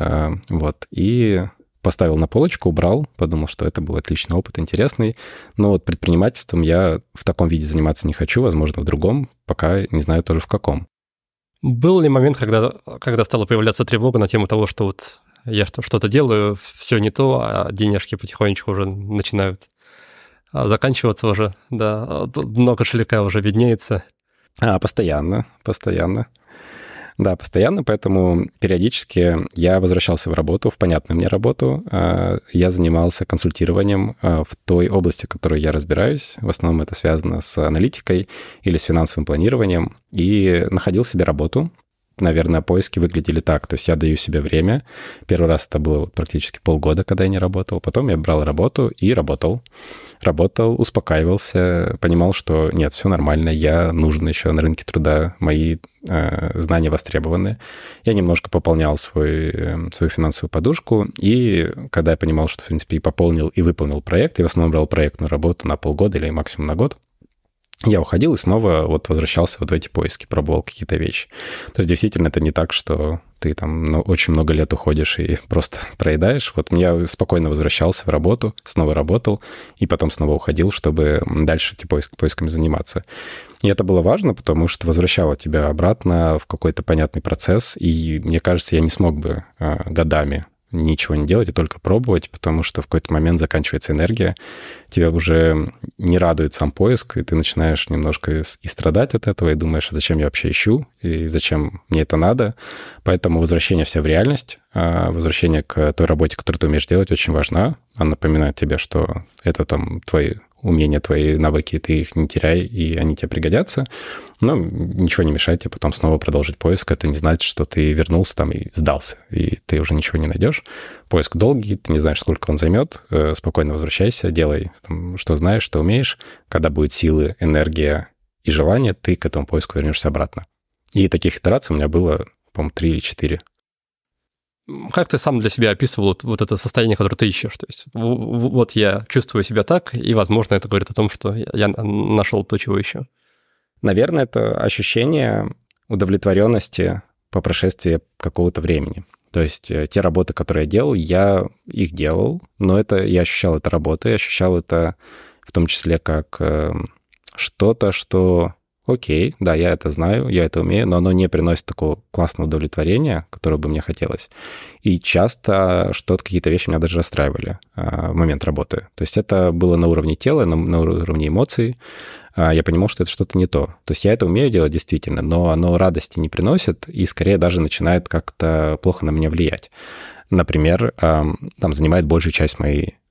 И поставил на полочку, убрал, подумал, что это был отличный опыт, интересный. Но предпринимательством я в таком виде заниматься не хочу, возможно, в другом, пока не знаю тоже в каком. Был ли момент, когда стала появляться тревога на тему того, что я что-то делаю, все не то, а денежки потихонечку уже начинают заканчиваться уже, да, дно кошелька уже виднеется? Постоянно. Да, постоянно, поэтому периодически я возвращался в работу, в понятную мне работу. Я занимался консультированием в той области, в которой я разбираюсь. В основном это связано с аналитикой или с финансовым планированием. И находил себе работу. Наверное, поиски выглядели так. То есть я даю себе время. Первый раз это было практически полгода, когда я не работал. Потом я брал работу и работал. Работал, успокаивался, понимал, что нет, все нормально, я нужен еще на рынке труда, мои знания востребованы. Я немножко пополнял свою финансовую подушку, и когда я понимал, что, в принципе, и пополнил, и выполнил проект, я в основном брал проектную работу на полгода или максимум на год, я уходил и снова возвращался в эти поиски, пробовал какие-то вещи. То есть действительно это не так, что ты там очень много лет уходишь и просто проедаешь. Я спокойно возвращался в работу, снова работал, и потом снова уходил, чтобы дальше поисками заниматься. И это было важно, потому что возвращало тебя обратно в какой-то понятный процесс, и мне кажется, я не смог бы годами ничего не делать и только пробовать, потому что в какой-то момент заканчивается энергия, тебя уже не радует сам поиск, и ты начинаешь немножко и страдать от этого, и думаешь, а зачем я вообще ищу, и зачем мне это надо. Поэтому возвращение в реальность, возвращение к той работе, которую ты умеешь делать, очень важна. Она напоминает тебе, что это твои умения, твои навыки, ты их не теряй, и они тебе пригодятся. Но ничего не мешает тебе потом снова продолжить поиск. Это не значит, что ты вернулся и сдался, и ты уже ничего не найдешь. Поиск долгий, ты не знаешь, сколько он займет. Спокойно возвращайся, делай, что знаешь, что умеешь. Когда будет силы, энергия и желание, ты к этому поиску вернешься обратно. И таких итераций у меня было, по-моему, 3 или 4. Как ты сам для себя описывал это состояние, которое ты ищешь? То есть я чувствую себя так, и, возможно, это говорит о том, что я нашел то, чего ищу. Наверное, это ощущение удовлетворенности по прошествии какого-то времени. То есть те работы, которые я их делал, но я ощущал это работой, я ощущал это в том числе как что-то, что... Окей, да, я это знаю, я это умею, но оно не приносит такого классного удовлетворения, которое бы мне хотелось. И часто какие-то вещи меня даже расстраивали в момент работы. То есть это было на уровне тела, на уровне эмоций. Я понимал, что это что-то не то. То есть я это умею делать действительно, но оно радости не приносит и скорее даже начинает как-то плохо на меня влиять. Например, занимает большую часть моей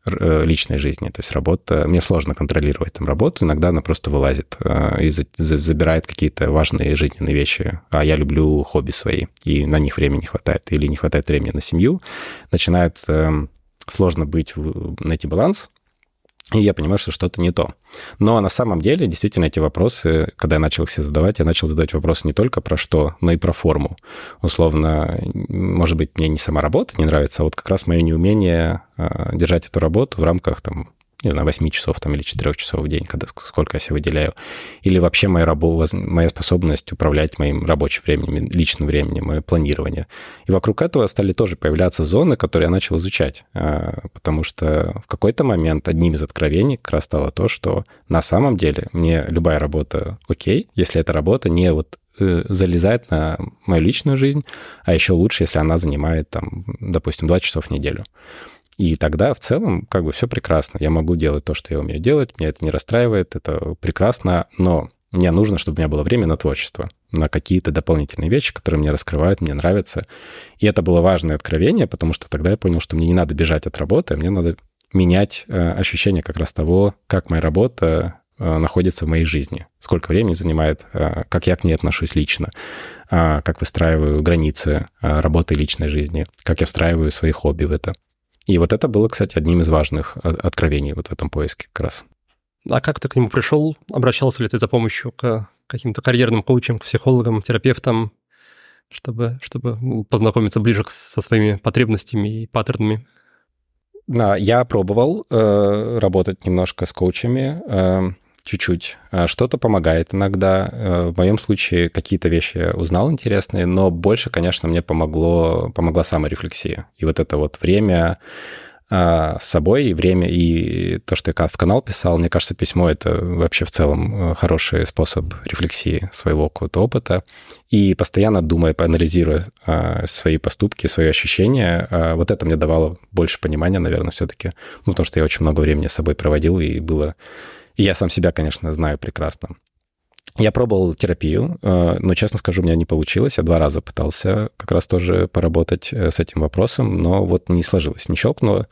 личной жизни. То есть работа... Мне сложно контролировать там работу, иногда она просто вылазит и забирает какие-то важные жизненные вещи. А я люблю хобби свои, и на них времени не хватает, или не хватает времени на семью. Начинает сложно найти баланс, и я понимаю, что что-то не то. Но на самом деле, действительно, эти вопросы, когда я начал их себе задавать, я начал задавать вопросы не только про что, но и про форму. Условно, может быть, мне не сама работа не нравится, а вот как раз мое неумение держать эту работу в рамках, там, не знаю, 8 часов там, или 4 часов в день, сколько я себе выделяю. Или вообще моя способность управлять моим рабочим временем, личным временем, мое планирование. И вокруг этого стали тоже появляться зоны, которые я начал изучать. Потому что в какой-то момент одним из откровений как раз стало то, что на самом деле мне любая работа окей, если эта работа не залезает на мою личную жизнь, а еще лучше, если она занимает, там, допустим, 20 часов в неделю. И тогда в целом как бы все прекрасно. Я могу делать то, что я умею делать, меня это не расстраивает, это прекрасно, но мне нужно, чтобы у меня было время на творчество, на какие-то дополнительные вещи, которые мне раскрывают, мне нравятся. И это было важное откровение, потому что тогда я понял, что мне не надо бежать от работы, мне надо менять ощущение как раз того, как моя работа находится в моей жизни, сколько времени занимает, как я к ней отношусь лично, как выстраиваю границы работы и личной жизни, как я встраиваю свои хобби в это. И вот это было, кстати, одним из важных откровений вот в этом поиске как раз. А как ты к нему пришел? Обращался ли ты за помощью к каким-то карьерным коучам, к психологам, терапевтам, чтобы познакомиться ближе со своими потребностями и паттернами? Да, я пробовал работать немножко с коучами, чуть-чуть. Что-то помогает иногда. В моем случае какие-то вещи я узнал интересные, но больше, конечно, мне помогла саморефлексия. И вот это вот время с собой, и время, и то, что я в канал писал, мне кажется, письмо — это вообще в целом хороший способ рефлексии своего какого-то опыта. И постоянно думая, анализируя свои поступки, свои ощущения, вот это мне давало больше понимания, наверное, все-таки. Потому что я очень много времени с собой проводил, и я сам себя, конечно, знаю прекрасно. Я пробовал терапию, но, честно скажу, у меня не получилось. Я 2 раза пытался как раз тоже поработать с этим вопросом, но вот не сложилось, не щелкнуло,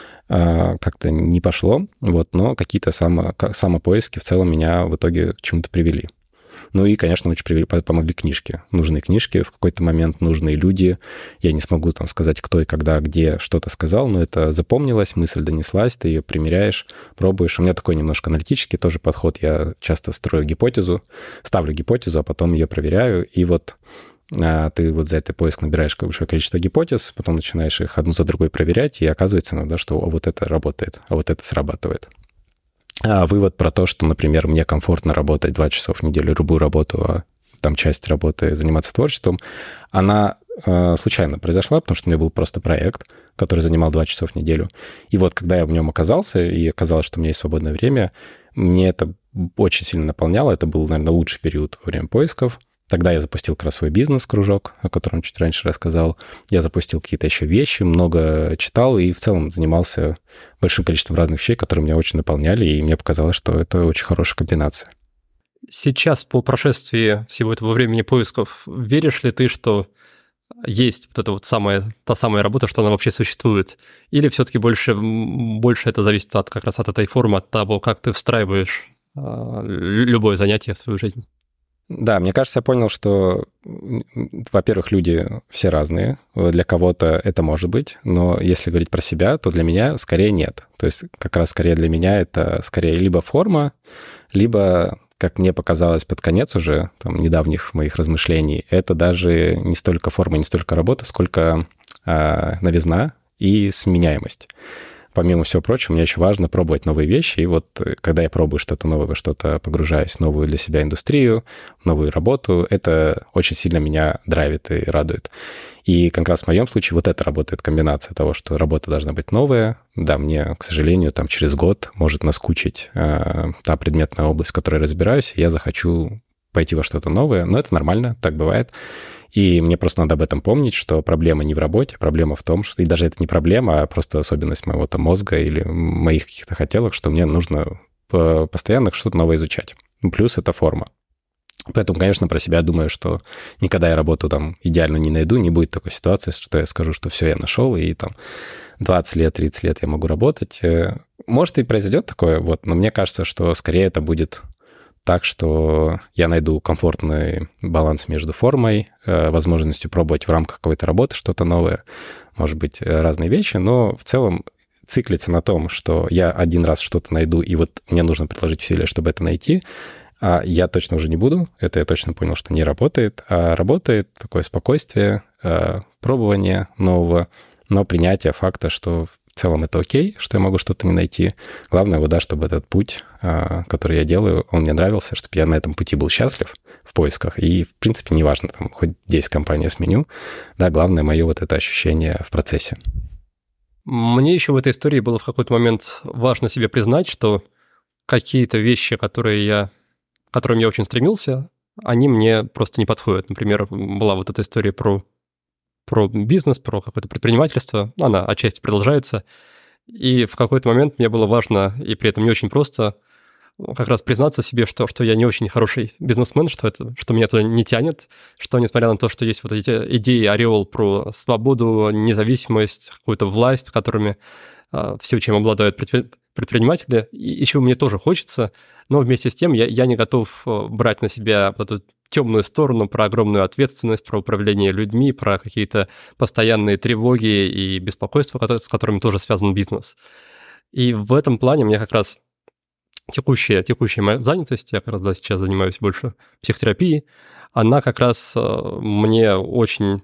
как-то не пошло. Вот, но какие-то самопоиски в целом меня в итоге к чему-то привели. Ну и, конечно, очень помогли книжки. Нужные книжки в какой-то момент, нужные люди. Я не смогу там сказать, кто и когда, где что-то сказал, но это запомнилось, мысль донеслась, ты ее примеряешь, пробуешь. У меня такой немножко аналитический тоже подход. Я часто ставлю гипотезу, а потом ее проверяю. И вот ты вот за этот поиск набираешь большое количество гипотез, потом начинаешь их одну за другой проверять, и оказывается иногда, что вот это работает, а вот это срабатывает. Вывод про то, что, например, мне комфортно работать 2 часа в неделю, любую работу, а там часть работы заниматься творчеством, она случайно произошла, потому что у меня был просто проект, который занимал 2 часа в неделю. И вот когда я в нем оказался, и оказалось, что у меня есть свободное время, мне это очень сильно наполняло. Это был, наверное, лучший период во время поисков. Тогда я запустил как раз свой бизнес-кружок, о котором чуть раньше рассказал. Я запустил какие-то еще вещи, много читал и в целом занимался большим количеством разных вещей, которые меня очень наполняли, и мне показалось, что это очень хорошая комбинация. Сейчас, по прошествии всего этого времени поисков, веришь ли ты, что есть вот эта вот та самая работа, что она вообще существует? Или все-таки больше это зависит как раз от этой формы, от того, как ты встраиваешь любое занятие в свою жизнь? Да, мне кажется, я понял, что, во-первых, люди все разные. Для кого-то это может быть, но если говорить про себя, то для меня скорее нет. То есть как раз скорее для меня это скорее либо форма, либо, как мне показалось под конец уже там, недавних моих размышлений, это даже не столько форма, не столько работа, сколько новизна и сменяемость. Помимо всего прочего, мне еще важно пробовать новые вещи. И вот когда я пробую что-то новое, во что-то погружаюсь в новую для себя индустрию, новую работу, это очень сильно меня драйвит и радует. И как раз в моем случае вот это работает комбинация того, что работа должна быть новая. Да, мне, к сожалению, там через год может наскучить та предметная область, в которой я разбираюсь, и я захочу пойти во что-то новое, но это нормально, так бывает. И мне просто надо об этом помнить, что проблема не в работе, проблема в том, что... И даже это не проблема, а просто особенность моего там мозга или моих каких-то хотелок, что мне нужно постоянно что-то новое изучать. Плюс это форма. Поэтому, конечно, про себя думаю, что никогда я работу там идеально не найду, не будет такой ситуации, что я скажу, что все, я нашел, и там 20 лет, 30 лет я могу работать. Может, и произойдет такое, вот, но мне кажется, что скорее это будет так, что я найду комфортный баланс между формой, возможностью пробовать в рамках какой-то работы что-то новое, может быть, разные вещи, но в целом циклиться на том, что я один раз что-то найду, и вот мне нужно приложить усилия, чтобы это найти, а я точно уже не буду. Это я точно понял, что не работает. А работает такое спокойствие, пробование нового, но принятие факта, что в целом это окей, что я могу что-то не найти. Главное, вот, да, чтобы этот путь, который я делаю, он мне нравился, чтобы я на этом пути был счастлив в поисках. И, в принципе, неважно, там, хоть 10 компаний сменю, да, главное мое вот это ощущение в процессе. Мне еще в этой истории было в какой-то момент важно себе признать, что какие-то вещи, к которым я очень стремился, они мне просто не подходят. Например, была вот эта история про бизнес, про какое-то предпринимательство. Она отчасти продолжается. И в какой-то момент мне было важно, и при этом не очень просто, как раз признаться себе, что я не очень хороший бизнесмен, что меня туда не тянет, что несмотря на то, что есть вот эти идеи, ореол про свободу, независимость, какую-то власть, которыми все, чем обладают предприниматели, и чего мне тоже хочется, но вместе с тем я не готов брать на себя вот эту темную сторону, про огромную ответственность, про управление людьми, про какие-то постоянные тревоги и беспокойства, с которыми тоже связан бизнес. И в этом плане мне как раз текущая моя занятость, я как раз сейчас занимаюсь больше психотерапией, она как раз мне очень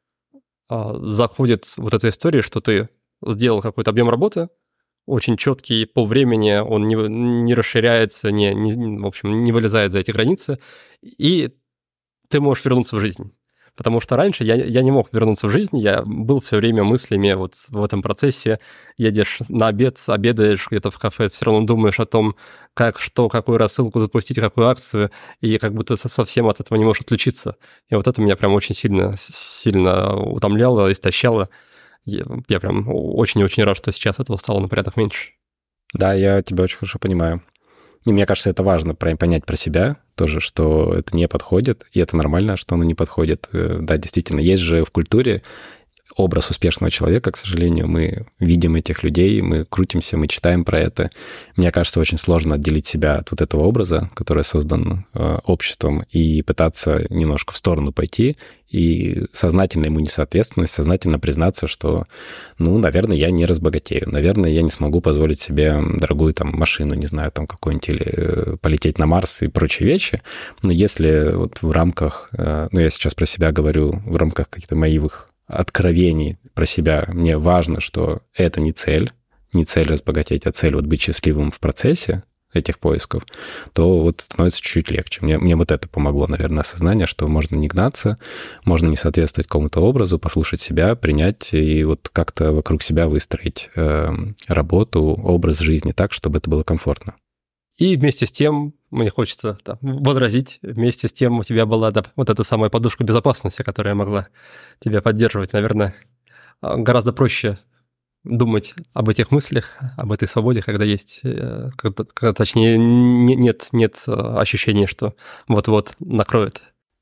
заходит вот эта история, что ты сделал какой-то объем работы, очень четкий по времени, он не расширяется, в общем, не вылезает за эти границы, и ты можешь вернуться в жизнь. Потому что раньше я не мог вернуться в жизнь, я был все время мыслями вот в этом процессе, едешь на обед, обедаешь где-то в кафе, все равно думаешь о том, какую рассылку запустить, какую акцию, и как будто совсем от этого не можешь отключиться. И вот это меня прям очень сильно утомляло, истощало. Я прям очень-очень рад, что сейчас этого стало на порядок меньше. Да, я тебя очень хорошо понимаю. И мне кажется, это важно понять про себя тоже, что это не подходит, и это нормально, что оно не подходит. Да, действительно, есть же в культуре образ успешного человека, к сожалению, мы видим этих людей, мы крутимся, мы читаем про это. Мне кажется, очень сложно отделить себя от вот этого образа, который создан обществом, и пытаться немножко в сторону пойти, и сознательно ему несоответственность, сознательно признаться, что, наверное, я не разбогатею, наверное, я не смогу позволить себе дорогую там машину, не знаю, там какую-нибудь, или полететь на Марс и прочие вещи. Но если вот в рамках, я сейчас про себя говорю, в рамках каких-то моих откровений про себя, мне важно, что это не цель разбогатеть, а цель вот быть счастливым в процессе этих поисков, то вот становится чуть-чуть легче. Мне вот это помогло, наверное, осознание, что можно не гнаться, можно не соответствовать какому-то образу, послушать себя, принять и вот как-то вокруг себя выстроить работу, образ жизни так, чтобы это было комфортно. И вместе с тем, мне хочется возразить, вместе с тем у тебя была вот эта самая подушка безопасности, которая могла тебя поддерживать. Наверное, гораздо проще думать об этих мыслях, об этой свободе, когда точнее, нет ощущения, что вот-вот накроет.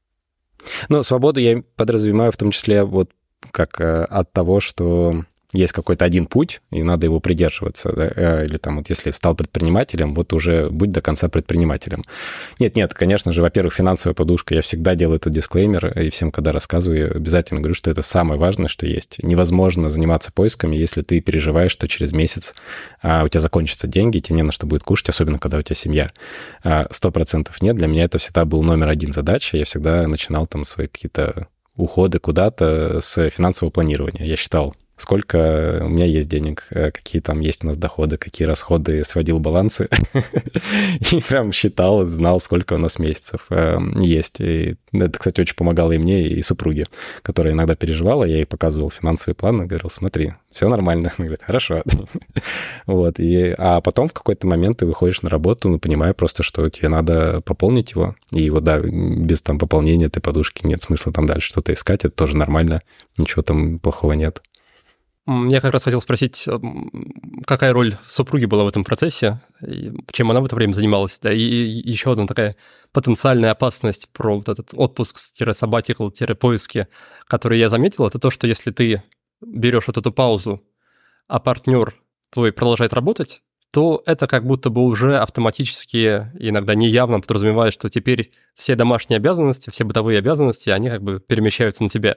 Свободу я подразумеваю в том числе вот как от того, что есть какой-то один путь, и надо его придерживаться, да? Или там вот если стал предпринимателем, вот уже будь до конца предпринимателем. Нет, конечно же, во-первых, финансовая подушка, я всегда делаю этот дисклеймер, и всем, когда рассказываю, обязательно говорю, что это самое важное, что есть. Невозможно заниматься поисками, если ты переживаешь, что через месяц у тебя закончатся деньги, тебе не на что будет кушать, особенно когда у тебя семья. 100% нет, для меня это всегда был номер один задача, я всегда начинал там свои какие-то уходы куда-то с финансового планирования. Я считал, сколько у меня есть денег, какие там есть у нас доходы, какие расходы, сводил балансы. И прям считал, знал, сколько у нас месяцев есть. И это, кстати, очень помогало и мне, и супруге, которая иногда переживала. Я ей показывал финансовые планы, говорил, смотри, все нормально. Она говорит, хорошо. Вот. А потом в какой-то момент ты выходишь на работу, понимая просто, что тебе надо пополнить его. И вот да, без там пополнения этой подушки нет смысла там дальше что-то искать. Это тоже нормально. Ничего там плохого нет. Я как раз хотел спросить, какая роль супруги была в этом процессе, и чем она в это время занималась, да, и еще одна такая потенциальная опасность про вот этот отпуск-сабатикл-поиски, который я заметил, это то, что если ты берешь вот эту паузу, а партнер твой продолжает работать, то это как будто бы уже автоматически, иногда неявно подразумевает, что теперь все домашние обязанности, все бытовые обязанности, они как бы перемещаются на тебя.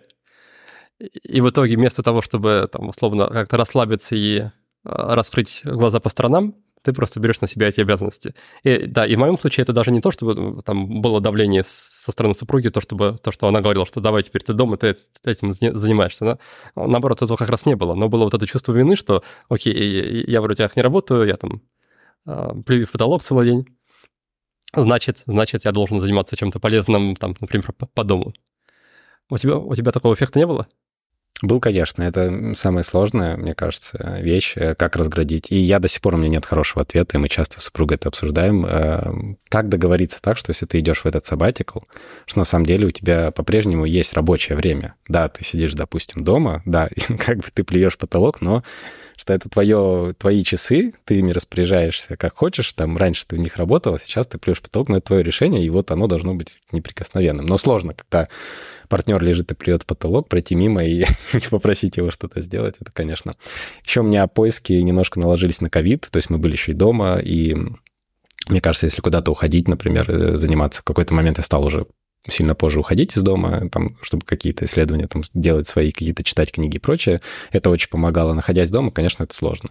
И в итоге вместо того, чтобы там условно как-то расслабиться и раскрыть глаза по сторонам, ты просто берешь на себя эти обязанности. И, да, и в моем случае это даже не то, чтобы там было давление со стороны супруги, то, что она говорила, что давай теперь ты дома, ты этим занимаешься. Да? Наоборот, этого как раз не было. Но было вот это чувство вины, что окей, я вроде как не работаю, я там плюю в потолок целый день. Значит, я должен заниматься чем-то полезным, там, например, по дому. У тебя такого эффекта не было? Был, конечно. Это самая сложная, мне кажется, вещь, как разградить. И я до сих пор, у меня нет хорошего ответа, и мы часто с супругой это обсуждаем. Как договориться так, что если ты идешь в этот сабатикл, что на самом деле у тебя по-прежнему есть рабочее время. Да, ты сидишь, допустим, дома, да, как бы ты плюешь в потолок, но что это твои часы, ты ими распоряжаешься как хочешь, там раньше ты в них работал, а сейчас ты плюешь в потолок, но это твое решение, и вот оно должно быть неприкосновенным. Но сложно, когда партнер лежит и плюет в потолок, пройти мимо и попросить его что-то сделать, это, конечно. Еще у меня поиски немножко наложились на ковид, то есть мы были еще и дома, и мне кажется, если куда-то уходить, например, заниматься, в какой-то момент я стал уже сильно позже уходить из дома, там, чтобы какие-то исследования там, делать свои, какие-то читать книги и прочее. Это очень помогало. Находясь дома, конечно, это сложно.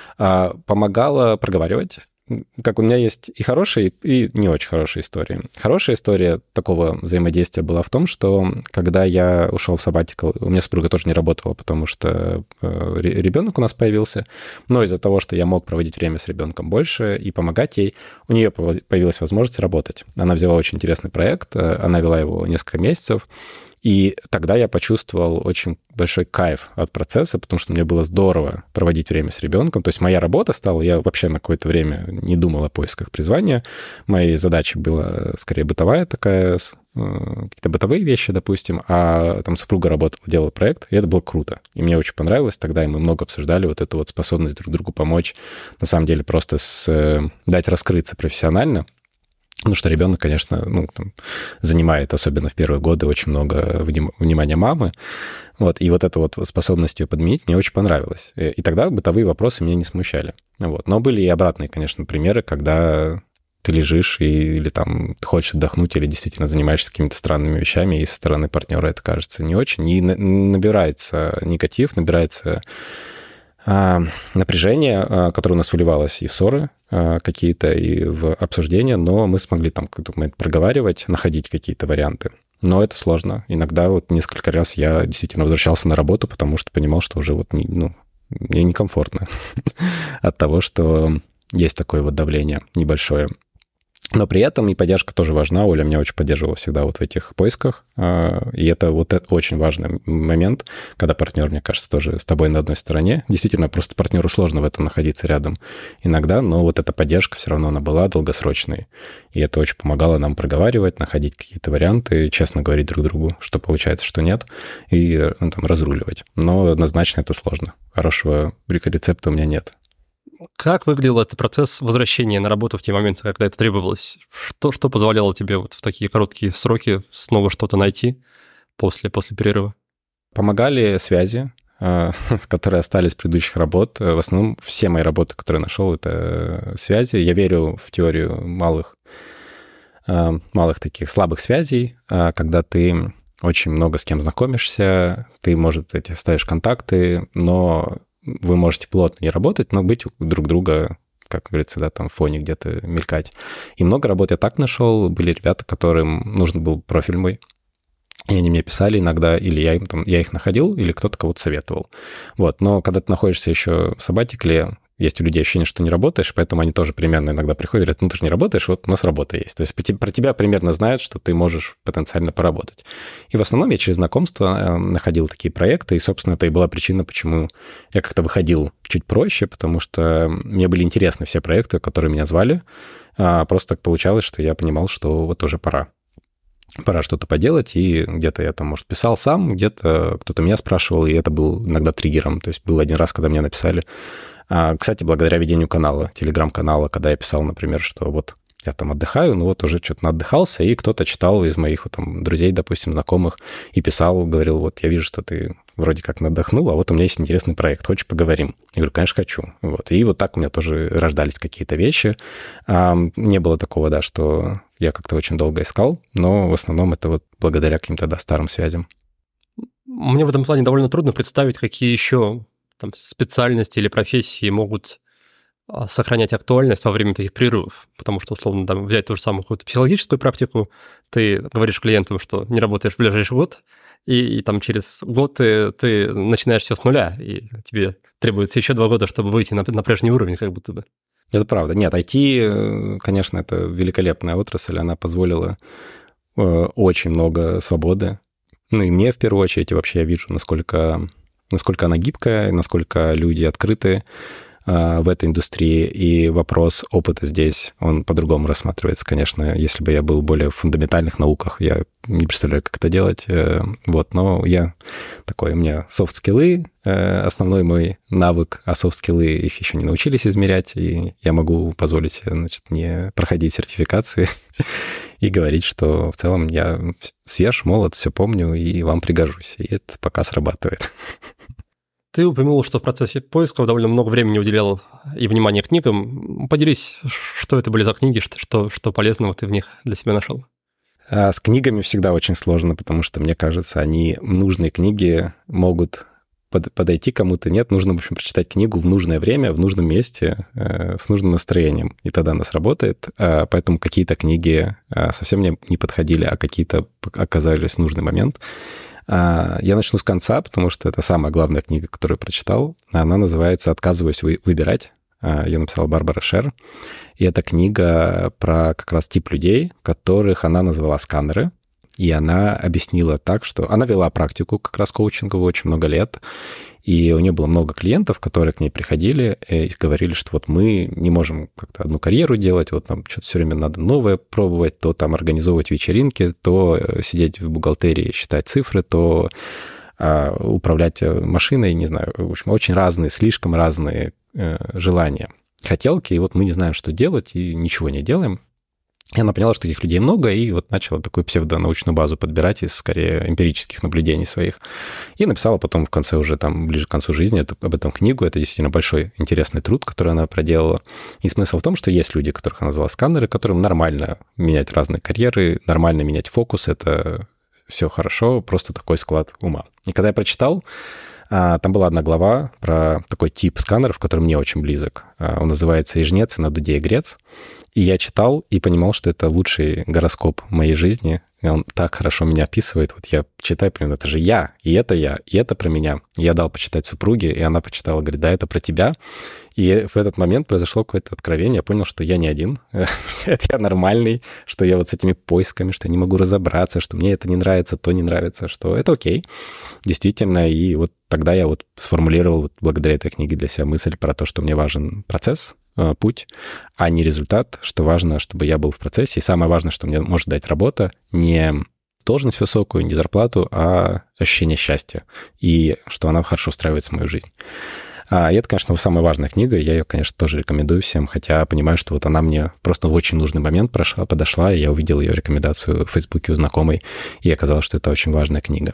Помогало проговаривать. Как у меня есть и хорошие, и не очень хорошие истории. Хорошая история такого взаимодействия была в том, что когда я ушел в сабатикл, у меня супруга тоже не работала, потому что ребенок у нас появился, но из-за того, что я мог проводить время с ребенком больше и помогать ей, у нее появилась возможность работать. Она взяла очень интересный проект, она вела его несколько месяцев, и тогда я почувствовал очень большой кайф от процесса, потому что мне было здорово проводить время с ребенком. То есть моя работа стала, я вообще на какое-то время не думал о поисках призвания. Моей задачей была скорее бытовая такая, какие-то бытовые вещи, допустим, а там супруга работала, делала проект, и это было круто. И мне очень понравилось тогда, и мы много обсуждали вот эту вот способность друг другу помочь, на самом деле просто дать раскрыться профессионально. Потому что ребенок, конечно, занимает, особенно в первые годы, очень много внимания мамы. Вот, и вот эта вот способность ее подменить мне очень понравилась. И тогда бытовые вопросы меня не смущали. Вот. Но были и обратные, конечно, примеры, когда ты лежишь или там ты хочешь отдохнуть, или действительно занимаешься какими-то странными вещами, и со стороны партнера это кажется не очень. И набирается негатив, набирается напряжение, которое у нас выливалось и в ссоры какие-то, и в обсуждения, но мы смогли там какой-то момент проговаривать, находить какие-то варианты. Но это сложно. Иногда вот несколько раз я действительно возвращался на работу, потому что понимал, что уже вот мне некомфортно от того, что есть такое вот давление небольшое. Но при этом и поддержка тоже важна. Оля меня очень поддерживала всегда вот в этих поисках. И это вот очень важный момент, когда партнер, мне кажется, тоже с тобой на одной стороне. Действительно, просто партнеру сложно в этом находиться рядом иногда, но вот эта поддержка все равно она была долгосрочной. И это очень помогало нам проговаривать, находить какие-то варианты, честно говорить друг другу, что получается, что нет, и там разруливать. Но однозначно это сложно. Хорошего рецепта у меня нет. Как выглядел этот процесс возвращения на работу в те моменты, когда это требовалось? Что позволяло тебе вот в такие короткие сроки снова что-то найти после перерыва? Помогали связи, которые остались с предыдущих работ. В основном все мои работы, которые я нашел, это связи. Я верю в теорию малых таких слабых связей, когда ты очень много с кем знакомишься, ты, может быть, ставишь контакты, но вы можете плотно не работать, но быть друг друга, как говорится, да, там в фоне где-то мелькать. И много работы я так нашел. Были ребята, которым нужен был профиль мой. И они мне писали иногда, или я их находил, или кто-то кого-то советовал. Вот. Но когда ты находишься еще в сабатикле, есть у людей ощущение, что не работаешь, поэтому они тоже примерно иногда приходят и говорят, ну ты же не работаешь, вот у нас работа есть. То есть про тебя примерно знают, что ты можешь потенциально поработать. И в основном я через знакомство находил такие проекты, и, собственно, это и была причина, почему я как-то выходил чуть проще, потому что мне были интересны все проекты, которые меня звали. Просто так получалось, что я понимал, что вот уже пора. пора что-то поделать, и где-то я там, может, писал сам, где-то кто-то меня спрашивал, и это был иногда триггером. То есть был один раз, когда мне написали. Кстати, благодаря ведению канала, телеграм-канала, когда я писал, например, что вот я там отдыхаю, ну вот уже что-то наотдыхался, и кто-то читал из моих вот, там друзей, допустим, знакомых, и писал, говорил, вот я вижу, что ты вроде как отдохнул, а вот у меня есть интересный проект, хочешь поговорим? Я говорю, конечно, хочу. Вот. И вот так у меня тоже рождались какие-то вещи. Не было такого, да, что я как-то очень долго искал, но в основном это вот благодаря каким-то, да, старым связям. Мне в этом плане довольно трудно представить, какие еще там специальности или профессии могут сохранять актуальность во время таких прерывов. Потому что, условно, там, взять ту же самую какую-то психологическую практику, ты говоришь клиентам, что не работаешь в ближайший год, и там через год ты начинаешь все с нуля, и тебе требуется еще 2 года, чтобы выйти на прежний уровень, как будто бы. Это правда. Нет, IT, конечно, это великолепная отрасль, она позволила очень много свободы. Ну и мне в первую очередь, и вообще я вижу, насколько она гибкая, насколько люди открыты в этой индустрии, и вопрос опыта здесь, он по-другому рассматривается, конечно. Если бы я был более в фундаментальных науках, я не представляю, как это делать. Вот, но я такой, у меня софт-скиллы, основной мой навык, а софт-скиллы их еще не научились измерять, и я могу позволить себе, значит, не проходить сертификации и говорить, что в целом я свеж, молод, все помню, и вам пригожусь. И это пока срабатывает. Ты упомянул, что в процессе поиска довольно много времени уделял и внимания книгам. Поделись, что это были за книги, что полезного ты в них для себя нашел? С книгами всегда очень сложно, потому что, мне кажется, нужные книги могут подойти кому-то. Нет, нужно, в общем, прочитать книгу в нужное время, в нужном месте, с нужным настроением, и тогда она сработает. Поэтому какие-то книги совсем мне не подходили, а какие-то оказались в нужный момент. Я начну с конца, потому что это самая главная книга, которую я прочитал. Она называется «Отказываюсь выбирать». Ее написала Барбара Шер. И это книга про как раз тип людей, которых она назвала сканеры. И она объяснила так, что... Она вела практику как раз коучинговую очень много лет. И у нее было много клиентов, которые к ней приходили и говорили, что вот мы не можем как-то одну карьеру делать, вот нам что-то все время надо новое пробовать, то там организовывать вечеринки, то сидеть в бухгалтерии, считать цифры, то управлять машиной, не знаю, в общем, очень разные, слишком разные желания, хотелки, и вот мы не знаем, что делать, и ничего не делаем. И она поняла, что таких людей много, и вот начала такую псевдонаучную базу подбирать из, скорее, эмпирических наблюдений своих. И написала потом в конце уже, там, ближе к концу жизни об этом книгу. Это действительно большой интересный труд, который она проделала. И смысл в том, что есть люди, которых она назвала сканеры, которым нормально менять разные карьеры, нормально менять фокус. Это все хорошо, просто такой склад ума. И когда я прочитал, там была одна глава про такой тип сканеров, который мне очень близок. Он называется «И жнец, и на дуде игрец». И я читал и понимал, что это лучший гороскоп моей жизни. И он так хорошо меня описывает. Вот я читаю, понимаю, это же я, и это про меня. Я дал почитать супруге, и она почитала, говорит, да, это про тебя. И в этот момент произошло какое-то откровение. Я понял, что я не один, это я нормальный, что я вот с этими поисками, что я не могу разобраться, что мне это не нравится, то не нравится, что это окей. Действительно, и вот тогда я вот сформулировал вот благодаря этой книге для себя мысль про то, что мне важен процесс, путь, а не результат, что важно, чтобы я был в процессе. И самое важное, что мне может дать работа, не должность высокую, не зарплату, а ощущение счастья. И что она хорошо встраивается в мою жизнь. И это, конечно, самая важная книга. Я ее, конечно, тоже рекомендую всем, хотя понимаю, что вот она мне просто в очень нужный момент подошла, и я увидел ее рекомендацию в Фейсбуке у знакомой, и оказалось, что это очень важная книга.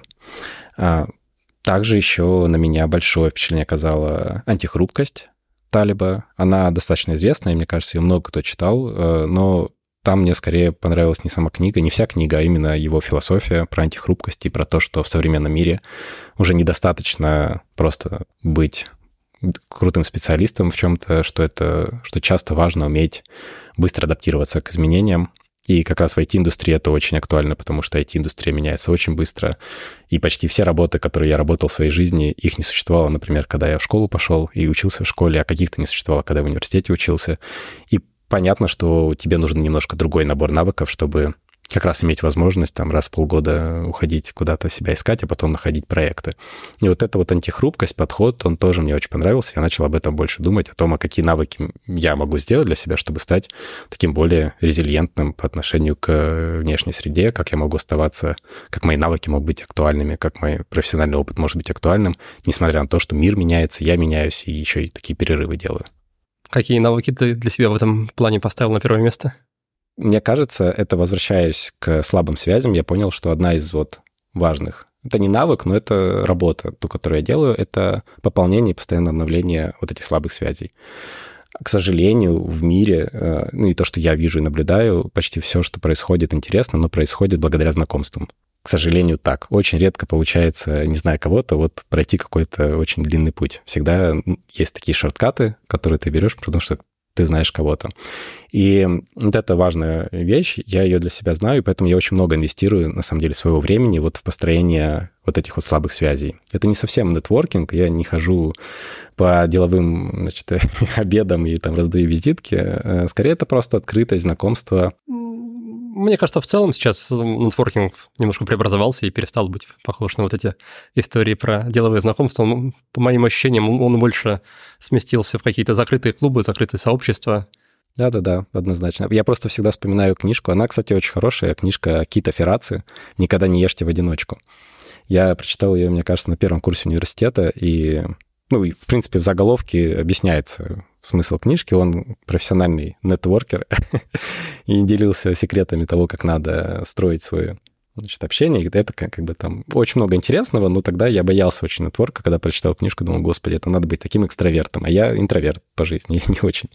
Также еще на меня большое впечатление оказала «Антихрупкость» Талиба. Она достаточно известная, и мне кажется, ее много кто читал, но там мне скорее понравилась не сама книга, не вся книга, а именно его философия про антихрупкость и про то, что в современном мире уже недостаточно просто быть крутым специалистом в чем-то, что часто важно уметь быстро адаптироваться к изменениям. И как раз в IT-индустрии это очень актуально, потому что IT-индустрия меняется очень быстро. И почти все работы, которые я работал в своей жизни, их не существовало, например, когда я в школу пошел и учился в школе, а каких-то не существовало, когда я в университете учился. И понятно, что тебе нужен немножко другой набор навыков, чтобы как раз иметь возможность там раз в полгода уходить куда-то себя искать, а потом находить проекты. И вот эта вот антихрупкость, подход, он тоже мне очень понравился. Я начал об этом больше думать, о том, а какие навыки я могу сделать для себя, чтобы стать таким более резилиентным по отношению к внешней среде, как я могу оставаться, как мои навыки могут быть актуальными, как мой профессиональный опыт может быть актуальным, несмотря на то, что мир меняется, я меняюсь, и еще и такие перерывы делаю. Какие навыки ты для себя в этом плане поставил на первое место? Мне кажется, это, возвращаясь к слабым связям, я понял, что одна из вот важных, это не навык, но это работа, ту, которую я делаю, это пополнение и постоянное обновление вот этих слабых связей. К сожалению, в мире, ну и то, что я вижу и наблюдаю, почти все, что происходит интересно, но происходит благодаря знакомствам. К сожалению, так. Очень редко получается, не зная кого-то, вот пройти какой-то очень длинный путь. Всегда есть такие шорткаты, которые ты берешь, потому что ты знаешь кого-то. И вот это важная вещь, я ее для себя знаю, и поэтому я очень много инвестирую, на самом деле, своего времени вот в построение вот этих вот слабых связей. Это не совсем нетворкинг, я не хожу по деловым, значит, обедам и там раздаю визитки. Скорее, это просто открытость, знакомство. Мне кажется, в целом сейчас нетворкинг немножко преобразовался и перестал быть похож на вот эти истории про деловые знакомства. Он, по моим ощущениям, он больше сместился в какие-то закрытые клубы, закрытые сообщества. Да-да-да, однозначно. Я просто всегда вспоминаю книжку. Она, кстати, очень хорошая. Книжка Кита Ферраци «Никогда не ешьте в одиночку». Я прочитал ее, мне кажется, на первом курсе университета, и, ну, и, в принципе, в заголовке объясняется смысл книжки. Он профессиональный нетворкер и делился секретами того, как надо строить свое, значит, общение. И это как бы там очень много интересного, но тогда я боялся очень нетворка, когда прочитал книжку, думал, господи, это надо быть таким экстравертом. А я интроверт по жизни, я не очень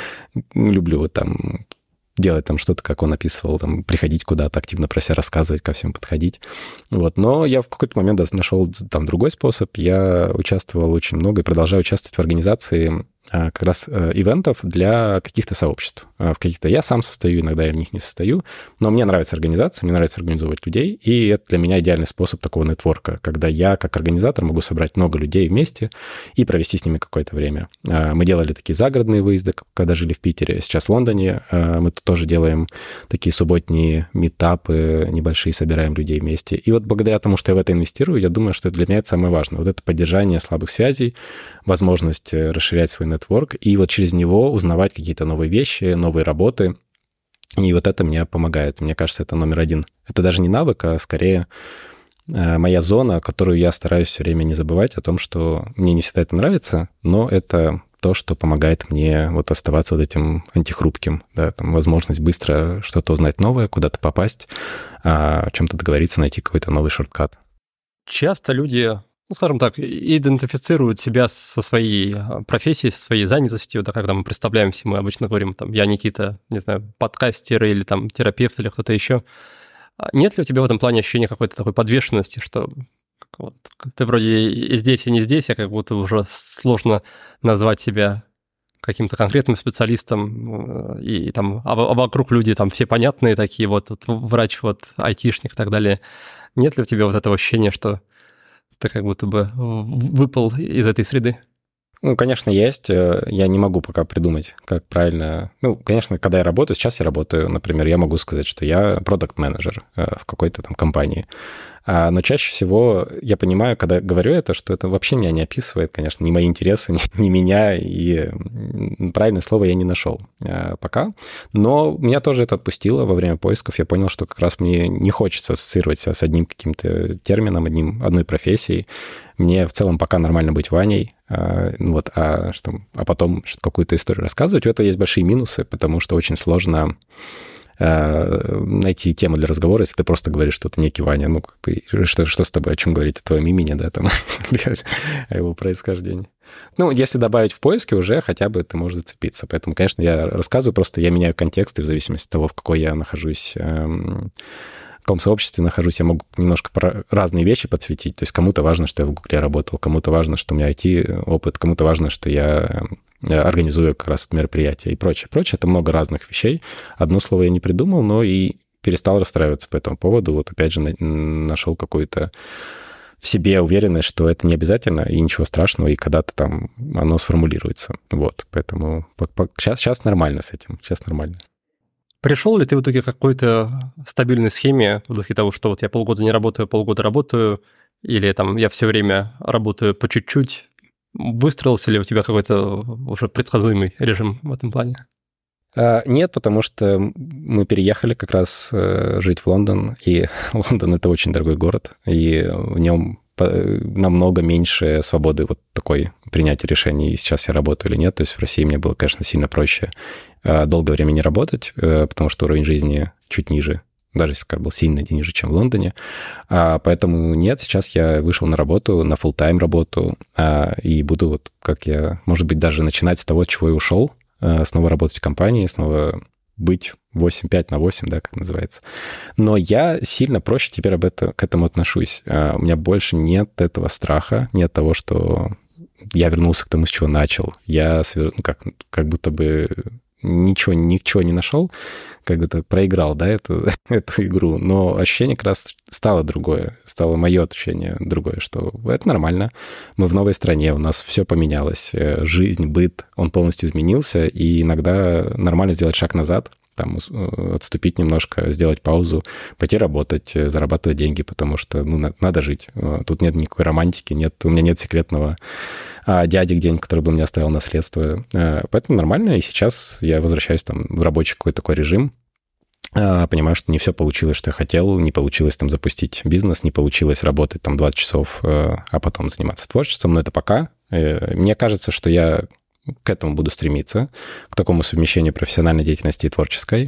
люблю вот там делать там что-то, как он описывал, там, приходить куда-то, активно про себя рассказывать, ко всем подходить. Вот. Но я в какой-то момент нашел там другой способ. Я участвовал очень много и продолжаю участвовать в организации как раз ивентов для каких-то сообществ. В каких-то я сам состою, иногда я в них не состою, но мне нравится организация, мне нравится организовывать людей, и это для меня идеальный способ такого нетворка, когда я, как организатор, могу собрать много людей вместе и провести с ними какое-то время. Мы делали такие загородные выезды, когда жили в Питере, сейчас в Лондоне. Мы тут тоже делаем такие субботние митапы небольшие, собираем людей вместе. И вот благодаря тому, что я в это инвестирую, я думаю, что для меня это самое важное. Вот это поддержание слабых связей, возможность расширять свой нетворк и вот через него узнавать какие-то новые вещи, новые работы. И вот это мне помогает. Мне кажется, это номер один. Это даже не навык, а скорее моя зона, которую я стараюсь все время не забывать о том, что мне не всегда это нравится, но это то, что помогает мне вот оставаться вот этим антихрупким, да, там возможность быстро что-то узнать новое, куда-то попасть, о чем-то договориться, найти какой-то новый шорткат. Часто люди, ну, скажем так, идентифицируют себя со своей профессией, со своей занятостью, да, когда мы представляемся, мы обычно говорим, там, я Никита, не знаю, подкастер или там терапевт или кто-то еще. Нет ли у тебя в этом плане ощущения какой-то такой подвешенности, что вот, ты вроде и здесь, и не здесь, а как будто уже сложно назвать себя каким-то конкретным специалистом, и там вокруг люди там все понятные такие, вот врач, вот айтишник и так далее. Нет ли у тебя вот этого ощущения, что ты как будто бы выпал из этой среды? Ну, конечно, есть. Я не могу пока придумать, как правильно... Ну, конечно, когда я работаю, сейчас я работаю, например, я могу сказать, что я продакт-менеджер в какой-то там компании. Но чаще всего я понимаю, когда говорю это, что это вообще меня не описывает, конечно, ни мои интересы, ни меня, и правильное слово я не нашел пока. Но меня тоже это отпустило во время поисков. Я понял, что как раз мне не хочется ассоциировать себя с одним каким-то термином, одной профессией. Мне в целом пока нормально быть Ваней, вот, а потом какую-то историю рассказывать. У этого есть большие минусы, потому что очень сложно найти тему для разговора, если ты просто говоришь, что ты некий Ваня. Ну, как бы, что с тобой, о чем говорить, о твоем имени, да, там, о его происхождении. Ну, если добавить в поиске, уже хотя бы ты можешь зацепиться. Поэтому, конечно, я рассказываю, просто я меняю контексты в зависимости от того, в какой я нахожусь, в каком сообществе нахожусь, я могу немножко разные вещи подсветить. То есть кому-то важно, что я в Гугле работал, кому-то важно, что у меня IT-опыт, кому-то важно, что я организую как раз мероприятия и прочее. Прочее — это много разных вещей. Одно слово я не придумал, но и перестал расстраиваться по этому поводу. Вот опять же нашел какую-то в себе уверенность, что это не обязательно и ничего страшного, и когда-то там оно сформулируется. Вот, поэтому сейчас нормально с этим, сейчас нормально. Пришел ли ты в итоге к какой-то стабильной схеме в духе того, что вот я полгода не работаю, полгода работаю, или там я все время работаю по чуть-чуть? Выстроился ли у тебя какой-то уже предсказуемый режим в этом плане? Нет, потому что мы переехали как раз жить в Лондон, и Лондон — это очень дорогой город, и в нем намного меньше свободы вот такой принятия решений, сейчас я работаю или нет. То есть в России мне было, конечно, сильно проще долгое время не работать, потому что уровень жизни чуть ниже, даже если был сильно ниже, чем в Лондоне. Поэтому нет, сейчас я вышел на работу, на full-time работу, и буду вот как я, может быть, даже начинать с того, с чего я ушел, снова работать в компании, снова быть 5 на 8, да, как называется. Но я сильно проще теперь к этому отношусь. У меня больше нет этого страха, нет того, что я вернулся к тому, с чего начал. Я как будто бы ничего не нашел, как будто проиграл, да, эту игру. Но ощущение как раз стало другое. Стало мое ощущение другое, что это нормально. Мы в новой стране, у нас все поменялось. Жизнь, быт, он полностью изменился. И иногда нормально сделать шаг назад, там, отступить немножко, сделать паузу, пойти работать, зарабатывать деньги, потому что надо жить. Тут нет никакой романтики, у меня нет секретного дяди где-нибудь, который бы мне оставил наследство. Поэтому нормально, и сейчас я возвращаюсь там в рабочий какой-то такой режим, понимаю, что не все получилось, что я хотел, не получилось там запустить бизнес, не получилось работать там 20 часов, а потом заниматься творчеством, но это пока. Мне кажется, что я к этому буду стремиться, к такому совмещению профессиональной деятельности и творческой.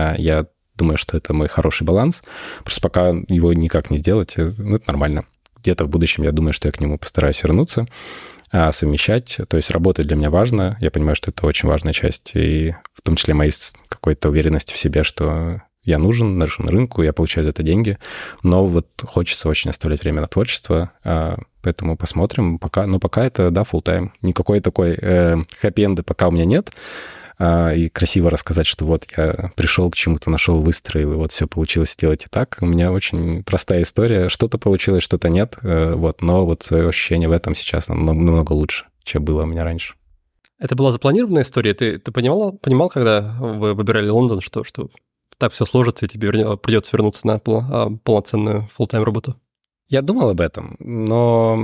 Я думаю, что это мой хороший баланс. Просто пока его никак не сделать, это нормально. Где-то в будущем я думаю, что я к нему постараюсь вернуться, совмещать. То есть работать для меня важно. Я понимаю, что это очень важная часть, и в том числе моей какой-то уверенности в себе, что я нужен рынку, я получаю за это деньги. Но вот хочется очень оставлять время на творчество, поэтому посмотрим. Пока это, да, full-time. Никакой такой хэппи-энда пока у меня нет. И красиво рассказать, что вот я пришел к чему-то, нашел, выстроил, и вот все получилось сделать и так. У меня очень простая история. Что-то получилось, что-то нет. Но вот свое ощущение в этом сейчас намного лучше, чем было у меня раньше. Это была запланированная история? Ты понимал, когда вы выбирали Лондон, что так все сложится, и тебе придется вернуться на полноценную full-time работу? Я думал об этом, но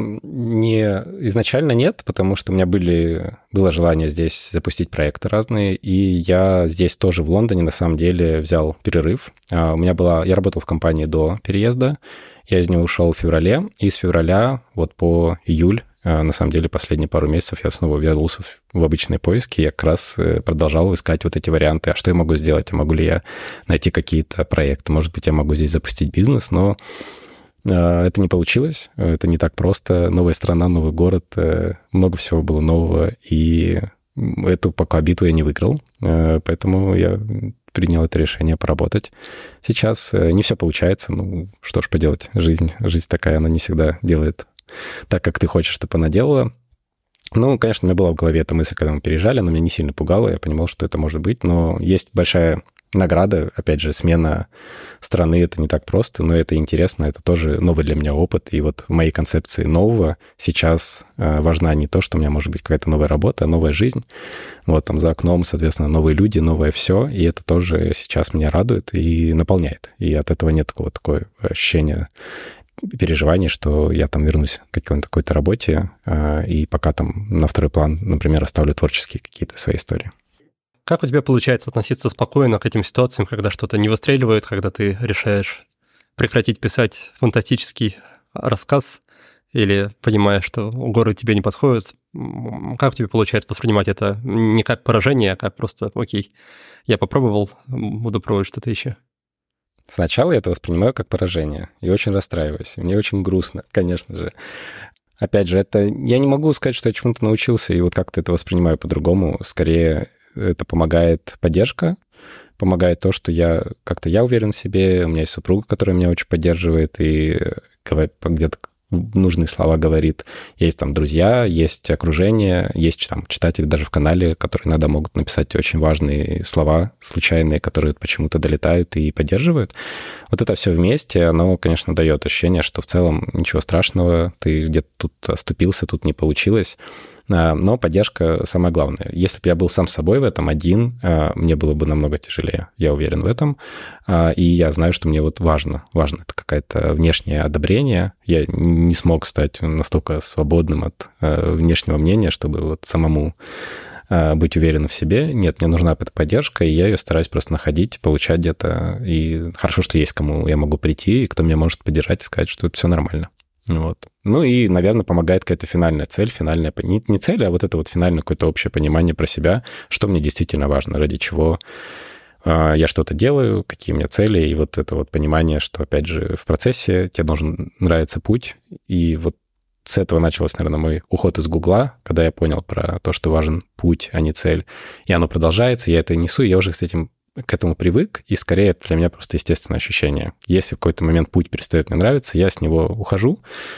изначально нет, потому что у меня было желание здесь запустить проекты разные, и я здесь тоже в Лондоне на самом деле взял перерыв. Я работал в компании до переезда, я из нее ушел в феврале, и с февраля вот по июль, на самом деле последние пару месяцев я снова вернулся в обычные поиски, я как раз продолжал искать вот эти варианты, а что я могу сделать, могу ли я найти какие-то проекты, может быть, я могу здесь запустить бизнес, но это не получилось, это не так просто. Новая страна, новый город, много всего было нового, и эту пока битву я не выиграл, поэтому я принял это решение поработать. Сейчас не все получается, что ж поделать, жизнь такая, она не всегда делает так, как ты хочешь, чтобы она делала. Конечно, у меня была в голове эта мысль, когда мы переезжали, она меня не сильно пугала, я понимал, что это может быть, но есть большая награда, опять же, смена страны, это не так просто, но это интересно, это тоже новый для меня опыт. И вот в моей концепции нового сейчас важна не то, что у меня может быть какая-то новая работа, а новая жизнь. Вот там за окном, соответственно, новые люди, новое все, и это тоже сейчас меня радует и наполняет. И от этого нет такого ощущения, переживаний, что я там вернусь к какой-то работе, и пока там на второй план, например, оставлю творческие какие-то свои истории. Как у тебя получается относиться спокойно к этим ситуациям, когда что-то не выстреливает, когда ты решаешь прекратить писать фантастический рассказ или понимаешь, что горы тебе не подходят? Как тебе получается воспринимать это не как поражение, а как просто окей, я попробовал, буду пробовать что-то еще? Сначала я это воспринимаю как поражение и очень расстраиваюсь. Мне очень грустно, конечно же. Опять же, я не могу сказать, что я чему-то научился, и вот как-то это воспринимаю по-другому. Скорее, это помогает поддержка, помогает то, что я уверен в себе, у меня есть супруга, которая меня очень поддерживает и где-то нужные слова говорит. Есть там друзья, есть окружение, есть там читатели даже в канале, которые иногда могут написать очень важные слова случайные, которые почему-то долетают и поддерживают. Вот это все вместе, оно, конечно, дает ощущение, что в целом ничего страшного, ты где-то тут оступился, тут не получилось. Но поддержка самое главное. Если бы я был сам собой в этом один, мне было бы намного тяжелее. Я уверен в этом. И я знаю, что мне вот важно. Важно это какое-то внешнее одобрение. Я не смог стать настолько свободным от внешнего мнения, чтобы вот самому быть уверенным в себе. Нет, мне нужна эта поддержка, и я ее стараюсь просто находить, получать где-то. И хорошо, что есть кому я могу прийти, и кто меня может поддержать и сказать, что это все нормально. Вот. Ну и, наверное, помогает какая-то финальная цель, финальная... Не цель, а вот это вот финальное какое-то общее понимание про себя, что мне действительно важно, ради чего я что-то делаю, какие у меня цели, и вот это вот понимание, что, опять же, в процессе тебе должен нравиться путь, и вот с этого начался, наверное, мой уход из Гугла, когда я понял про то, что важен путь, а не цель, и оно продолжается, я это несу, и я уже к этому привык, и скорее это для меня просто естественное ощущение. Если в какой-то момент путь перестает мне нравиться, я с него ухожу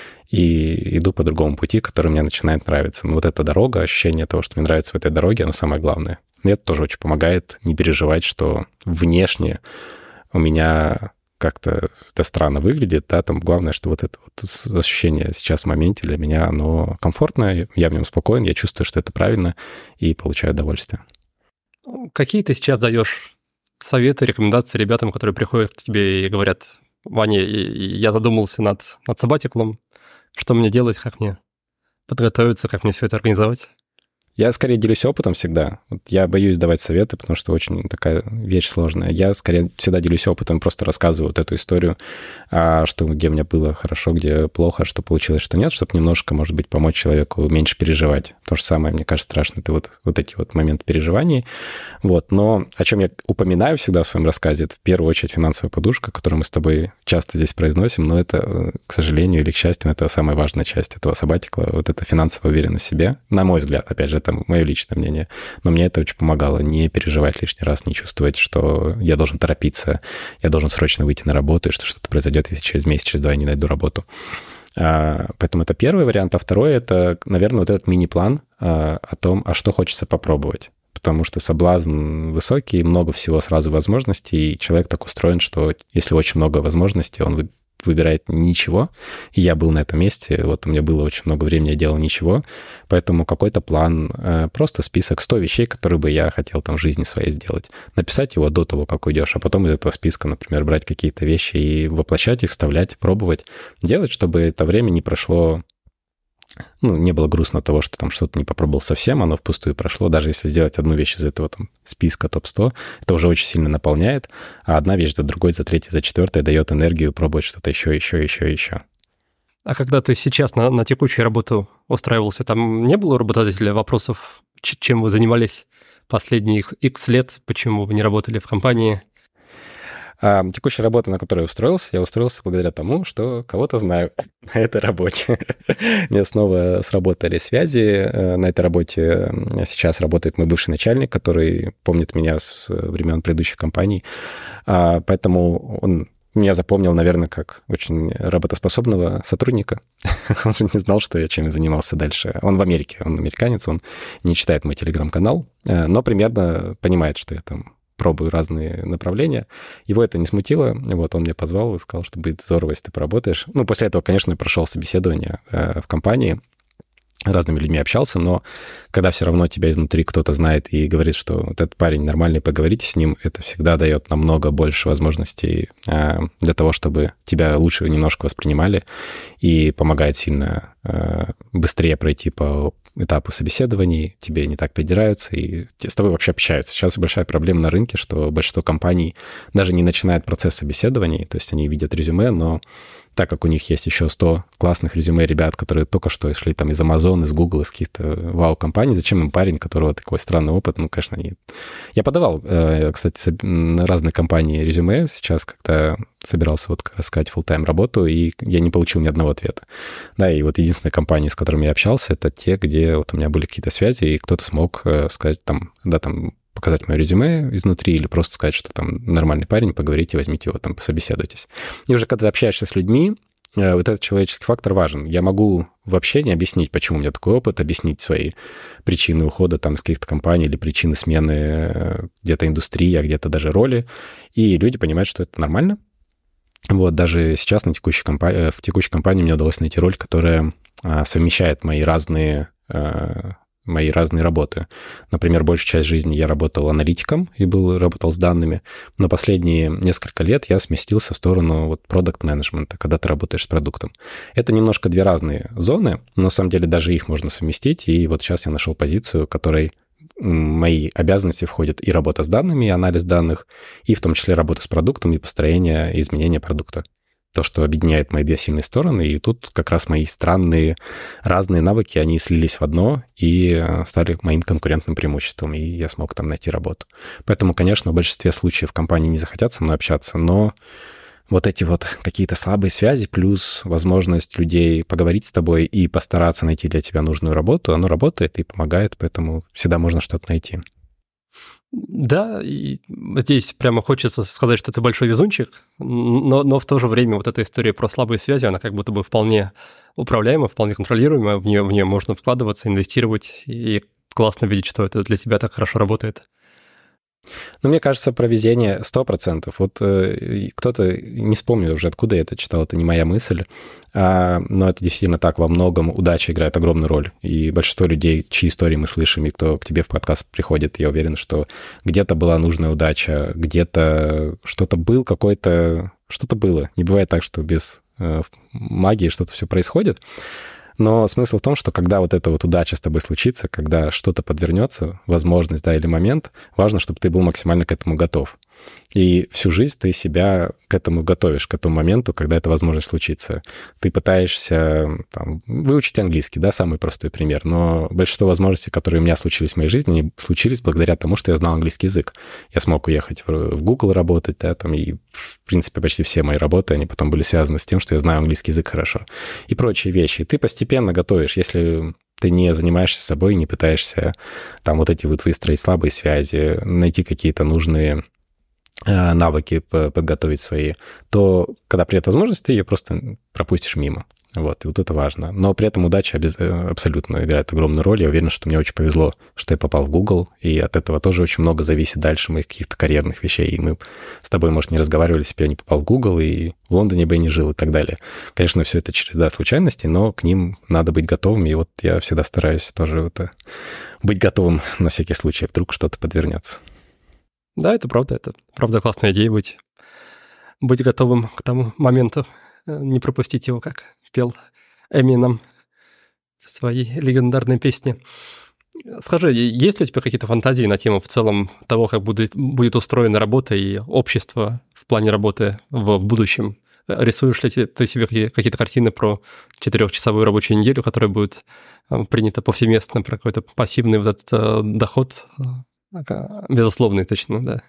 и иду по другому пути, который мне начинает нравиться. Но вот эта дорога, ощущение того, что мне нравится в этой дороге, оно самое главное. И это тоже очень помогает не переживать, что внешне у меня как-то это странно выглядит, да, там главное, что вот это вот ощущение сейчас в моменте для меня, оно комфортное, я в нем спокоен, я чувствую, что это правильно, и получаю удовольствие. Какие ты сейчас даешь советы, рекомендации ребятам, которые приходят к тебе и говорят: Ваня, я задумался над сабатиклом, что мне делать, как мне подготовиться, как мне все это организовать? Я скорее делюсь опытом всегда. Вот я боюсь давать советы, потому что очень такая вещь сложная. Я скорее всегда делюсь опытом, просто рассказываю вот эту историю, что где мне было хорошо, где плохо, что получилось, что нет, чтобы немножко, может быть, помочь человеку меньше переживать. То же самое, мне кажется, страшно, это вот эти вот моменты переживаний. Вот. Но о чем я упоминаю всегда в своем рассказе, это в первую очередь финансовая подушка, которую мы с тобой часто здесь произносим, но это, к сожалению или к счастью, это самая важная часть этого сабатикла, вот эта финансовая уверенность в себе, на мой взгляд, опять же, это мое личное мнение. Но мне это очень помогало не переживать лишний раз, не чувствовать, что я должен торопиться, я должен срочно выйти на работу, и что что-то произойдет, если через месяц, через 2 я не найду работу. Поэтому это первый вариант. А второй — это, наверное, вот этот мини-план о том, что хочется попробовать. Потому что соблазн высокий, много всего сразу возможностей, и человек так устроен, что если очень много возможностей, он выбирает ничего. И я был на этом месте, вот у меня было очень много времени, я делал ничего. Поэтому какой-то план, просто список 100 вещей, которые бы я хотел там в жизни своей сделать. Написать его до того, как уйдешь, а потом из этого списка, например, брать какие-то вещи и воплощать их, вставлять, пробовать. Делать, чтобы это время не прошло... не было грустно от того, что там что-то не попробовал совсем, оно впустую прошло. Даже если сделать одну вещь из этого там списка топ-100, это уже очень сильно наполняет, а одна вещь за другой, за третьей, за четвертой дает энергию пробовать что-то еще. А когда ты сейчас на текущую работу устраивался, там не было у работодателя вопросов, чем вы занимались последние X лет, почему вы не работали в компании? Текущая работа, на которую я устроился благодаря тому, что кого-то знаю на этой работе. Мне снова сработали связи. На этой работе сейчас работает мой бывший начальник, который помнит меня с времен предыдущих компаний. Поэтому он меня запомнил, наверное, как очень работоспособного сотрудника. Он же не знал, что я чем занимался дальше. Он в Америке, он американец, он не читает мой телеграм-канал, но примерно понимает, что я там пробую разные направления. Его это не смутило. Вот он меня позвал и сказал, что будет здорово, если ты поработаешь. После этого, конечно, я прошел собеседование в компании, разными людьми общался, но когда все равно тебя изнутри кто-то знает и говорит, что вот этот парень нормальный, поговорите с ним, это всегда дает намного больше возможностей для того, чтобы тебя лучше немножко воспринимали, и помогает сильно быстрее пройти по этапу собеседований, тебе не так придираются, и с тобой вообще общаются. Сейчас большая проблема на рынке, что большинство компаний даже не начинает процесс собеседований, то есть они видят резюме, но так как у них есть еще 100 классных резюме ребят, которые только что шли там из Amazon, из Google, из каких-то вау-компаний, зачем им парень, у которого такой странный опыт? Конечно, нет. Я подавал, кстати, на разные компании резюме сейчас, когда собирался вот искать full-time работу, и я не получил ни одного ответа. Да, и вот единственные компании, с которыми я общался, это те, где вот у меня были какие-то связи, и кто-то смог сказать там, да, там, показать мое резюме изнутри или просто сказать, что там нормальный парень, поговорите, возьмите его, там, пособеседуйтесь. И уже когда ты общаешься с людьми, вот этот человеческий фактор важен. Я могу в общении объяснить, почему у меня такой опыт, объяснить свои причины ухода там из каких-то компаний или причины смены где-то индустрии, а где-то даже роли, и люди понимают, что это нормально. Вот даже сейчас в текущей компании мне удалось найти роль, которая совмещает мои разные мои разные работы. Например, большую часть жизни я работал аналитиком и работал с данными, но последние несколько лет я сместился в сторону вот продакт-менеджмента, когда ты работаешь с продуктом. Это немножко две разные зоны, но на самом деле даже их можно совместить, и вот сейчас я нашел позицию, в которой мои обязанности входят и работа с данными, и анализ данных, и в том числе работа с продуктом и построение и изменение продукта. То, что объединяет мои две сильные стороны, и тут как раз мои странные разные навыки, они слились в одно и стали моим конкурентным преимуществом, и я смог там найти работу. Поэтому, конечно, в большинстве случаев компании не захотят со мной общаться, но вот эти вот какие-то слабые связи плюс возможность людей поговорить с тобой и постараться найти для тебя нужную работу, оно работает и помогает, поэтому всегда можно что-то найти. Да, и здесь прямо хочется сказать, что ты большой везунчик, но в то же время вот эта история про слабые связи, она как будто бы вполне управляемая, вполне контролируемая, в нее можно вкладываться, инвестировать, и классно видеть, что это для тебя так хорошо работает. Ну, мне кажется, про везение 100%. Вот кто-то, не вспомню уже, откуда я это читал, это не моя мысль, но это действительно так, во многом удача играет огромную роль. И большинство людей, чьи истории мы слышим, и кто к тебе в подкаст приходит, я уверен, что где-то была нужная удача, где-то что-то было. Не бывает так, что без магии что-то все происходит. Но смысл в том, что когда вот эта вот удача с тобой случится, когда что-то подвернется, возможность, да, или момент, важно, чтобы ты был максимально к этому готов. И всю жизнь ты себя к этому готовишь, к этому моменту, когда эта возможность случится. Ты пытаешься там, выучить английский, да, самый простой пример, но большинство возможностей, которые у меня случились в моей жизни, они случились благодаря тому, что я знал английский язык. Я смог уехать в Google работать, да, там, и, в принципе, почти все мои работы, они потом были связаны с тем, что я знаю английский язык хорошо. И прочие вещи. И ты постепенно готовишь, если ты не занимаешься собой, не пытаешься там вот эти вот выстроить слабые связи, найти какие-то нужные навыки подготовить свои, то когда придет возможность, ты ее просто пропустишь мимо. Вот, и вот это важно. Но при этом удача абсолютно играет огромную роль. Я уверен, что мне очень повезло, что я попал в Google, и от этого тоже очень много зависит дальше моих каких-то карьерных вещей. И мы с тобой, может, не разговаривали, если бы я не попал в Google, и в Лондоне бы я не жил, и так далее. Конечно, все это череда случайностей, но к ним надо быть готовым, и вот я всегда стараюсь тоже быть готовым на всякий случай, вдруг что-то подвернется. Да, это правда классная идея быть готовым к тому моменту, не пропустить его, как пел Эминем в своей легендарной песне. Скажи, есть ли у тебя какие-то фантазии на тему в целом того, как будет устроена работа и общество в плане работы в будущем? Рисуешь ли ты себе какие-то картины про 4-часовую рабочую неделю, которая будет принята повсеместно, про какой-то пассивный вот этот доход? Безусловный, точно, да.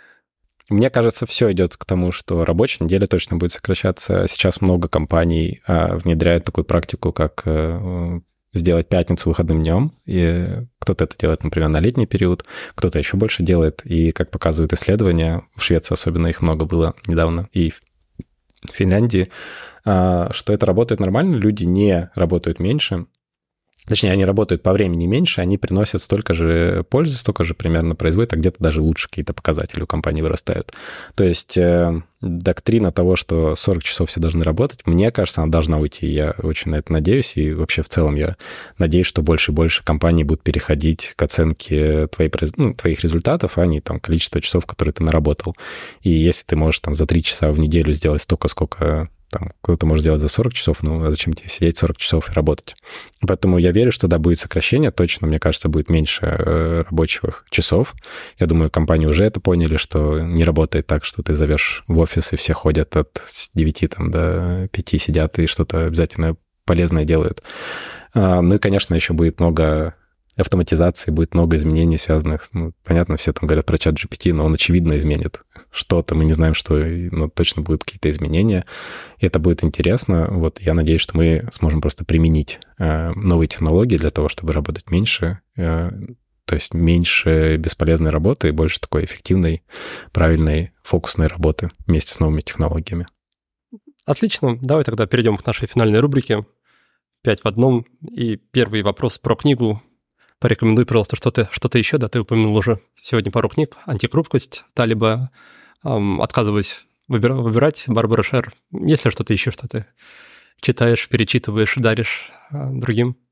Мне кажется, все идет к тому, что рабочая неделя точно будет сокращаться. Сейчас много компаний внедряют такую практику, как сделать пятницу выходным днем. И кто-то это делает, например, на летний период, кто-то еще больше делает. И, как показывают исследования, в Швеции особенно их много было недавно, и в Финляндии, что это работает нормально, люди не работают меньше. Точнее, они работают по времени меньше, они приносят столько же пользы, столько же примерно производят, а где-то даже лучше какие-то показатели у компании вырастают. То есть доктрина того, что 40 часов все должны работать, мне кажется, она должна уйти. Я очень на это надеюсь, и вообще в целом я надеюсь, что больше и больше компаний будут переходить к оценке твоих результатов, а не там количество часов, которые ты наработал. И если ты можешь там за 3 часа в неделю сделать столько, сколько там кто-то может делать за 40 часов, ну, а зачем тебе сидеть 40 часов и работать? Поэтому я верю, что да, будет сокращение, точно, мне кажется, будет меньше рабочих часов. Я думаю, компании уже это поняли, что не работает так, что ты зовешь в офис, и все ходят от 9 там, до 5 сидят и что-то обязательно полезное делают. Ну и, конечно, еще будет много автоматизации, будет много изменений, связанных... Ну, понятно, все там говорят про ChatGPT, но он, очевидно, изменит что-то. Мы не знаем, что, но точно будут какие-то изменения. И это будет интересно. Вот я надеюсь, что мы сможем просто применить новые технологии для того, чтобы работать меньше, то есть меньше бесполезной работы и больше такой эффективной, правильной, фокусной работы вместе с новыми технологиями. Отлично. Давай тогда перейдем к нашей финальной рубрике «5 в одном». И первый вопрос про книгу. Порекомендуй, пожалуйста, что-то еще. Да, ты упомянул уже сегодня пару книг. «Антихрупкость», «Талиба», «Отказываюсь выбирать», Барбара Шер. Есть ли что-то еще, что ты читаешь, перечитываешь, даришь другим?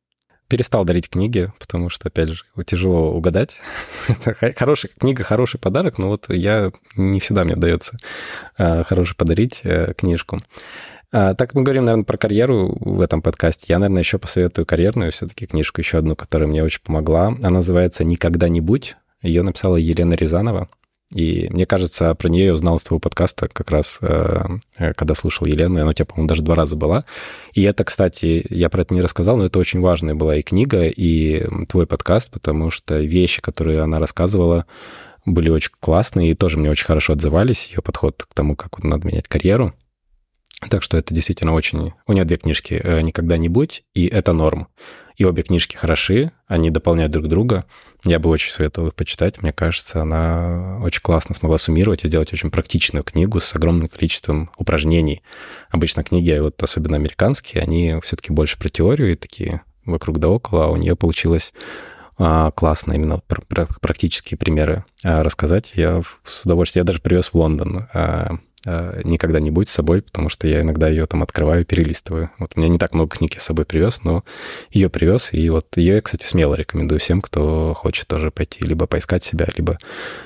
перестал дарить книги, потому что, опять же, его тяжело угадать. Хорошая книга, хороший подарок, но вот не всегда мне удается хороший подарить книжку. Так как мы говорим, наверное, про карьеру в этом подкасте, я, наверное, еще посоветую карьерную все-таки книжку, еще одну, которая мне очень помогла. Она называется «Никогда не будь». Ее написала Елена Рязанова. И мне кажется, про нее я узнал с твоего подкаста как раз, когда слушал Елену, и она у тебя, по-моему, даже 2 раза была. И это, кстати, я про это не рассказал, но это очень важная была и книга, и твой подкаст, потому что вещи, которые она рассказывала, были очень классные, и тоже мне очень хорошо отзывались, ее подход к тому, как надо менять карьеру. Так что это действительно очень... У нее 2 книжки «Никогда не будь» и «Это норм». И обе книжки хороши, они дополняют друг друга. Я бы очень советовал их почитать. Мне кажется, она очень классно смогла суммировать и сделать очень практичную книгу с огромным количеством упражнений. Обычно книги, вот особенно американские, они все-таки больше про теорию и такие вокруг да около, а у нее получилось классно именно про практические примеры рассказать. Я с удовольствием... Я даже привез в Лондон «Никогда не будь» с собой, потому что я иногда ее там открываю, перелистываю. Вот у меня не так много книг я с собой привез, но ее привез, и вот ее я, кстати, смело рекомендую всем, кто хочет тоже пойти либо поискать себя, либо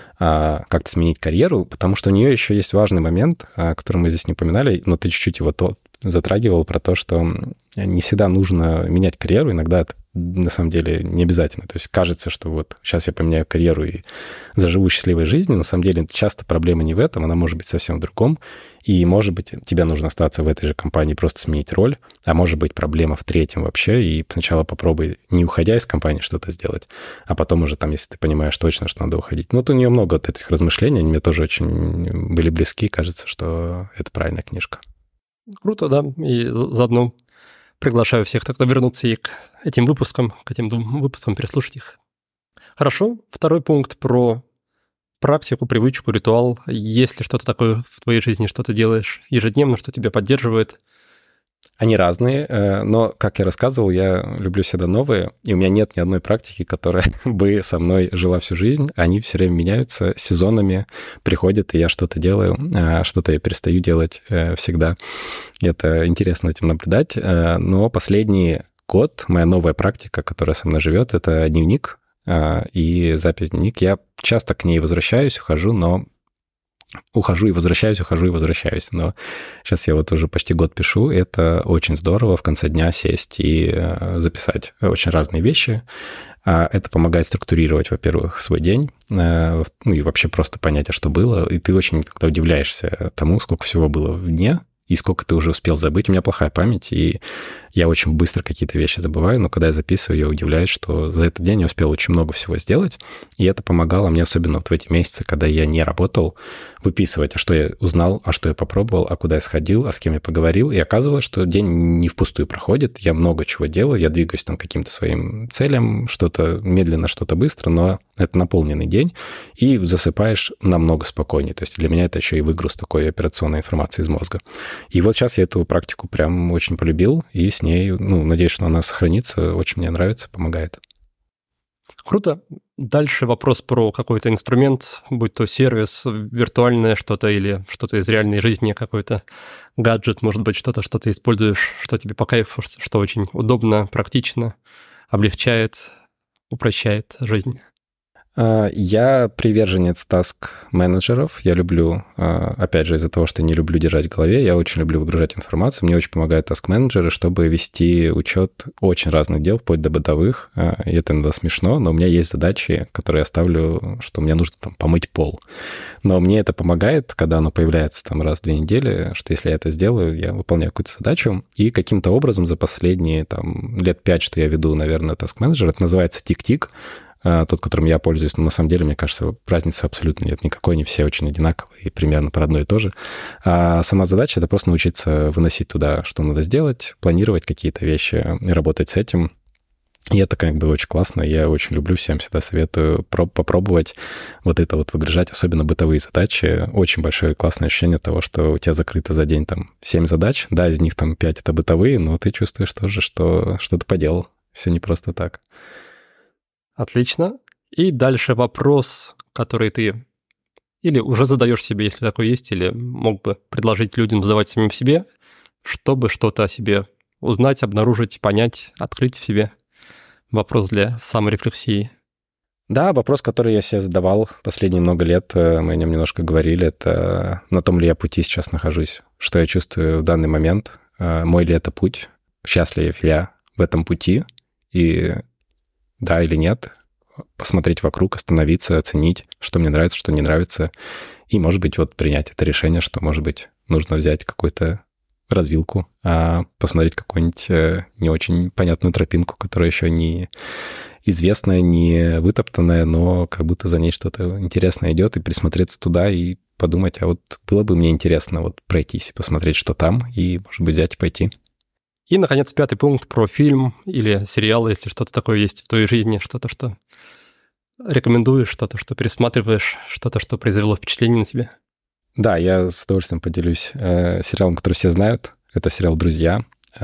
как-то сменить карьеру, потому что у нее еще есть важный момент, который мы здесь не упоминали, но ты чуть-чуть его затрагивал про то, что не всегда нужно менять карьеру, иногда это на самом деле не обязательно. То есть кажется, что вот сейчас я поменяю карьеру и заживу счастливой жизнью. На самом деле часто проблема не в этом, она может быть совсем в другом. И, может быть, тебе нужно остаться в этой же компании, просто сменить роль, а может быть, проблема в 3-м вообще, и сначала попробуй, не уходя из компании, что-то сделать, а потом уже там, если ты понимаешь точно, что надо уходить. Ну, вот у нее много вот этих размышлений, они мне тоже очень были близки, кажется, что это правильная книжка. Круто, да, и заодно приглашаю всех тогда вернуться и к этим выпускам, к этим 2 выпускам, переслушать их. Хорошо, 2 пункт про практику, привычку, ритуал. Есть ли что-то такое в твоей жизни, что ты делаешь ежедневно, что тебя поддерживает? Они разные, но, как я рассказывал, я люблю всегда новые, и у меня нет ни одной практики, которая бы со мной жила всю жизнь. Они все время меняются, сезонами приходят, и я что-то делаю, что-то я перестаю делать всегда. Это интересно этим наблюдать. Но последний год моя новая практика, которая со мной живет, это дневник и запись дневник. Я часто к ней возвращаюсь, ухожу и возвращаюсь. Но сейчас я вот уже почти год пишу. Это очень здорово в конце дня сесть и записать очень разные вещи. Это помогает структурировать, во-первых, свой день, ну и вообще просто понять, а что было. И ты очень тогда удивляешься тому, сколько всего было в дне, и сколько ты уже успел забыть. У меня плохая память, и я очень быстро какие-то вещи забываю, но когда я записываю, я удивляюсь, что за этот день я успел очень много всего сделать, и это помогало мне, особенно вот в эти месяцы, когда я не работал, выписывать, а что я узнал, а что я попробовал, а куда я сходил, а с кем я поговорил, и оказывалось, что день не впустую проходит, я много чего делаю, я двигаюсь там к каким-то своим целям, что-то медленно, что-то быстро, но это наполненный день, и засыпаешь намного спокойнее. То есть для меня это еще и выгруз такой операционной информации из мозга. И вот сейчас я эту практику прям очень полюбил, и с ней, надеюсь, что она сохранится, очень мне нравится, помогает. Круто. Дальше вопрос про какой-то инструмент, будь то сервис, виртуальное что-то или что-то из реальной жизни, какой-то гаджет, может быть, что-то, что ты используешь, что тебе по кайфу, что очень удобно, практично, облегчает, упрощает жизнь. Я приверженец таск-менеджеров. Я люблю, опять же, из-за того, что не люблю держать в голове, я очень люблю выгружать информацию. Мне очень помогают таск-менеджеры, чтобы вести учет очень разных дел, вплоть до бытовых. И это иногда смешно, но у меня есть задачи, которые я ставлю, что мне нужно там помыть пол. Но мне это помогает, когда оно появляется там раз в 2 недели, что если я это сделаю, я выполняю какую-то задачу. И каким-то образом за последние там лет 5, что я веду, наверное, таск-менеджер, это называется тик-тик, тот, которым я пользуюсь, но на самом деле, мне кажется, разницы абсолютно нет никакой, они все очень одинаковые и примерно про одно и то же. А сама задача — это просто научиться выносить туда, что надо сделать, планировать какие-то вещи и работать с этим. И это как бы очень классно, я очень люблю, всем всегда советую попробовать вот это вот выгружать, особенно бытовые задачи. Очень большое классное ощущение того, что у тебя закрыто за день там 7 задач, да, из них там 5 — это бытовые, но ты чувствуешь тоже, что что-то поделал, все не просто так. Отлично. И дальше вопрос, который ты или уже задаешь себе, если такой есть, или мог бы предложить людям задавать самим себе, чтобы что-то о себе узнать, обнаружить, понять, открыть в себе. вопрос для саморефлексии. Да, вопрос, который я себе задавал последние много лет, мы о нем немножко говорили, это на том ли я пути сейчас нахожусь, что я чувствую в данный момент, мой ли это путь, счастлив я в этом пути, и да или нет, посмотреть вокруг, остановиться, оценить, что мне нравится, что не нравится, и, может быть, вот принять это решение, что, может быть, нужно взять какую-то развилку, посмотреть какую-нибудь не очень понятную тропинку, которая еще не известная, не вытоптанная, но как будто за ней что-то интересное идет, и присмотреться туда и подумать, а вот было бы мне интересно вот пройтись и посмотреть, что там, и, может быть, взять и пойти. И, наконец, 5-й пункт про фильм или сериал, если что-то такое есть в твоей жизни, что-то, что рекомендуешь, что-то, что пересматриваешь, что-то, что произвело впечатление на тебя. Да, я с удовольствием поделюсь сериалом, который все знают. Это сериал «Друзья».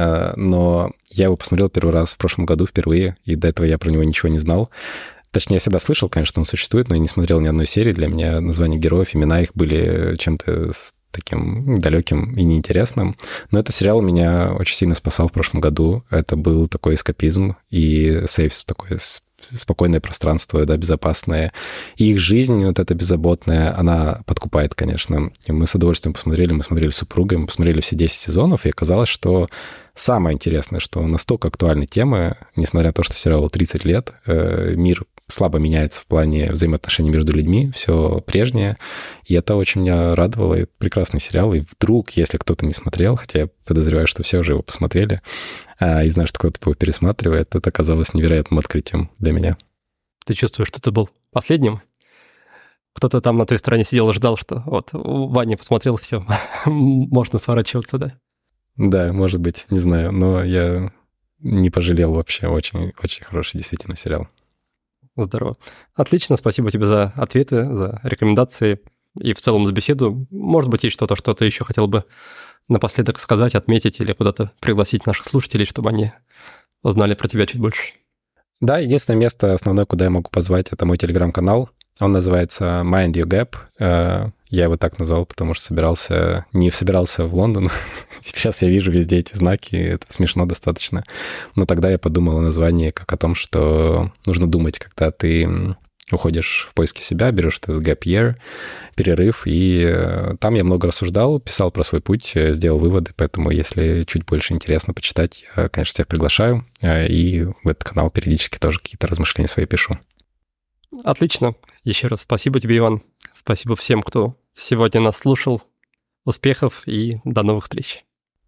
Но я его посмотрел первый раз в прошлом году впервые, и до этого я про него ничего не знал. Точнее, я всегда слышал, конечно, он существует, но я не смотрел ни одной серии. Для меня названия героев, имена их были чем-то таким далеким и неинтересным. Но этот сериал меня очень сильно спасал в прошлом году. Это был такой эскапизм и сейф, такое спокойное пространство, да, безопасное. И их жизнь, вот эта беззаботная, она подкупает, конечно. И мы с удовольствием посмотрели, мы смотрели с супругой, мы посмотрели все 10 сезонов, и оказалось, что самое интересное, что настолько актуальны темы, несмотря на то, что сериалу 30 лет, мир слабо меняется в плане взаимоотношений между людьми, все прежнее, и это очень меня радовало, и прекрасный сериал, и вдруг, если кто-то не смотрел, хотя я подозреваю, что все уже его посмотрели, и знаю, что кто-то его пересматривает, это оказалось невероятным открытием для меня. Ты чувствуешь, что ты был последним? Кто-то там на той стороне сидел и ждал, что вот Ваня посмотрел, все, можно сворачиваться, да? Да, может быть, не знаю, но я не пожалел вообще, очень, очень хороший действительно сериал. Здорово. Отлично, спасибо тебе за ответы, за рекомендации и в целом за беседу. Может быть, есть что-то, что ты еще хотел бы напоследок сказать, отметить или куда-то пригласить наших слушателей, чтобы они узнали про тебя чуть больше. Да, единственное место основное, куда я могу позвать, это мой телеграм-канал. Он называется Mind Your Gap. Я его так назвал, потому что не собирался в Лондон. Сейчас я вижу везде эти знаки, это смешно достаточно. Но тогда я подумал о названии как о том, что нужно думать, когда ты уходишь в поиске себя, берешь этот gap year, перерыв, и там я много рассуждал, писал про свой путь, сделал выводы, поэтому если чуть больше интересно почитать, я, конечно, всех приглашаю, и в этот канал периодически тоже какие-то размышления свои пишу. Отлично. Еще раз спасибо тебе, Иван. Спасибо всем, кто сегодня нас слушал. Успехов и до новых встреч.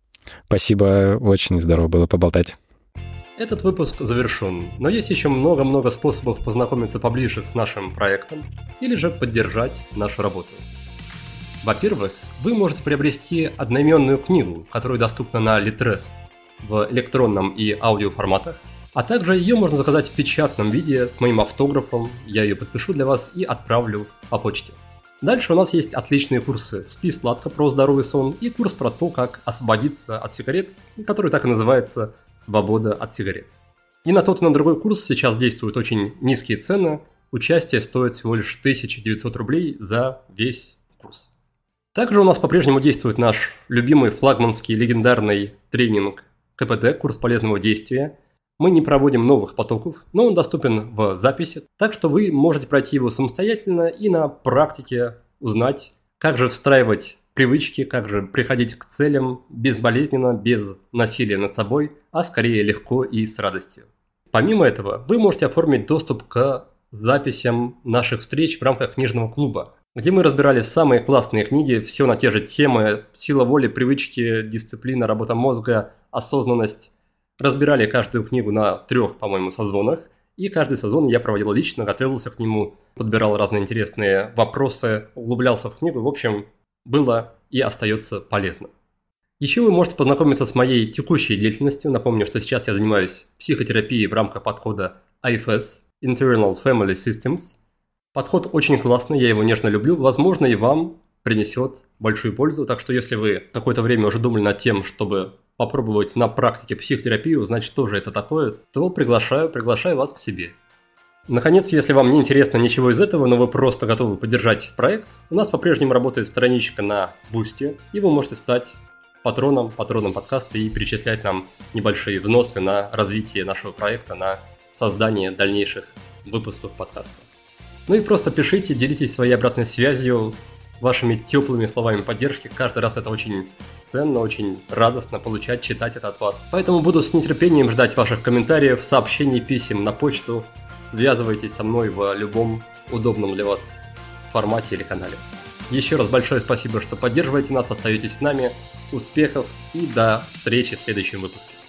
Спасибо, очень здорово было поболтать. Этот выпуск завершен, но есть еще много-много способов познакомиться поближе с нашим проектом или же поддержать нашу работу. Во-первых, вы можете приобрести одноименную книгу, которая доступна на Litres в электронном и аудиоформатах, а также ее можно заказать в печатном виде с моим автографом, я ее подпишу для вас и отправлю по почте. Дальше у нас есть отличные курсы «Спи сладко» про здоровый сон и курс про то, как освободиться от сигарет, который так и называется «Свобода от сигарет». И на тот и на другой курс сейчас действуют очень низкие цены, участие стоит всего лишь 1900 рублей за весь курс. Также у нас по-прежнему действует наш любимый флагманский легендарный тренинг КПД, курс полезного действия. Мы не проводим новых потоков, но он доступен в записи, так что вы можете пройти его самостоятельно и на практике узнать, как же встраивать привычки, как же приходить к целям безболезненно, без насилия над собой, а скорее легко и с радостью. Помимо этого, вы можете оформить доступ к записям наших встреч в рамках книжного клуба, где мы разбирали самые классные книги, все на те же темы: сила воли, привычки, дисциплина, работа мозга, осознанность. Разбирали каждую книгу на 3, по-моему, созвонах, и каждый созвон я проводил лично, готовился к нему, подбирал разные интересные вопросы, углублялся в книгу, в общем, было и остается полезно. Еще вы можете познакомиться с моей текущей деятельностью. Напомню, что сейчас я занимаюсь психотерапией в рамках подхода IFS – Internal Family Systems. Подход очень классный, я его нежно люблю, возможно, и вам принесет большую пользу, так что если вы какое-то время уже думали над тем, чтобы попробовать на практике психотерапию, узнать, что же это такое, то приглашаю вас к себе. Наконец, если вам не интересно ничего из этого, но вы просто готовы поддержать проект, у нас по-прежнему работает страничка на Boosty, и вы можете стать патроном подкаста и перечислять нам небольшие взносы на развитие нашего проекта, на создания дальнейших выпусков подкаста. Ну и просто пишите, делитесь своей обратной связью, вашими теплыми словами поддержки. Каждый раз это очень ценно, очень радостно получать, читать это от вас. Поэтому буду с нетерпением ждать ваших комментариев, сообщений, писем на почту. Связывайтесь со мной в любом удобном для вас формате или канале. Еще раз большое спасибо, что поддерживаете нас, остаетесь с нами. Успехов и до встречи в следующем выпуске.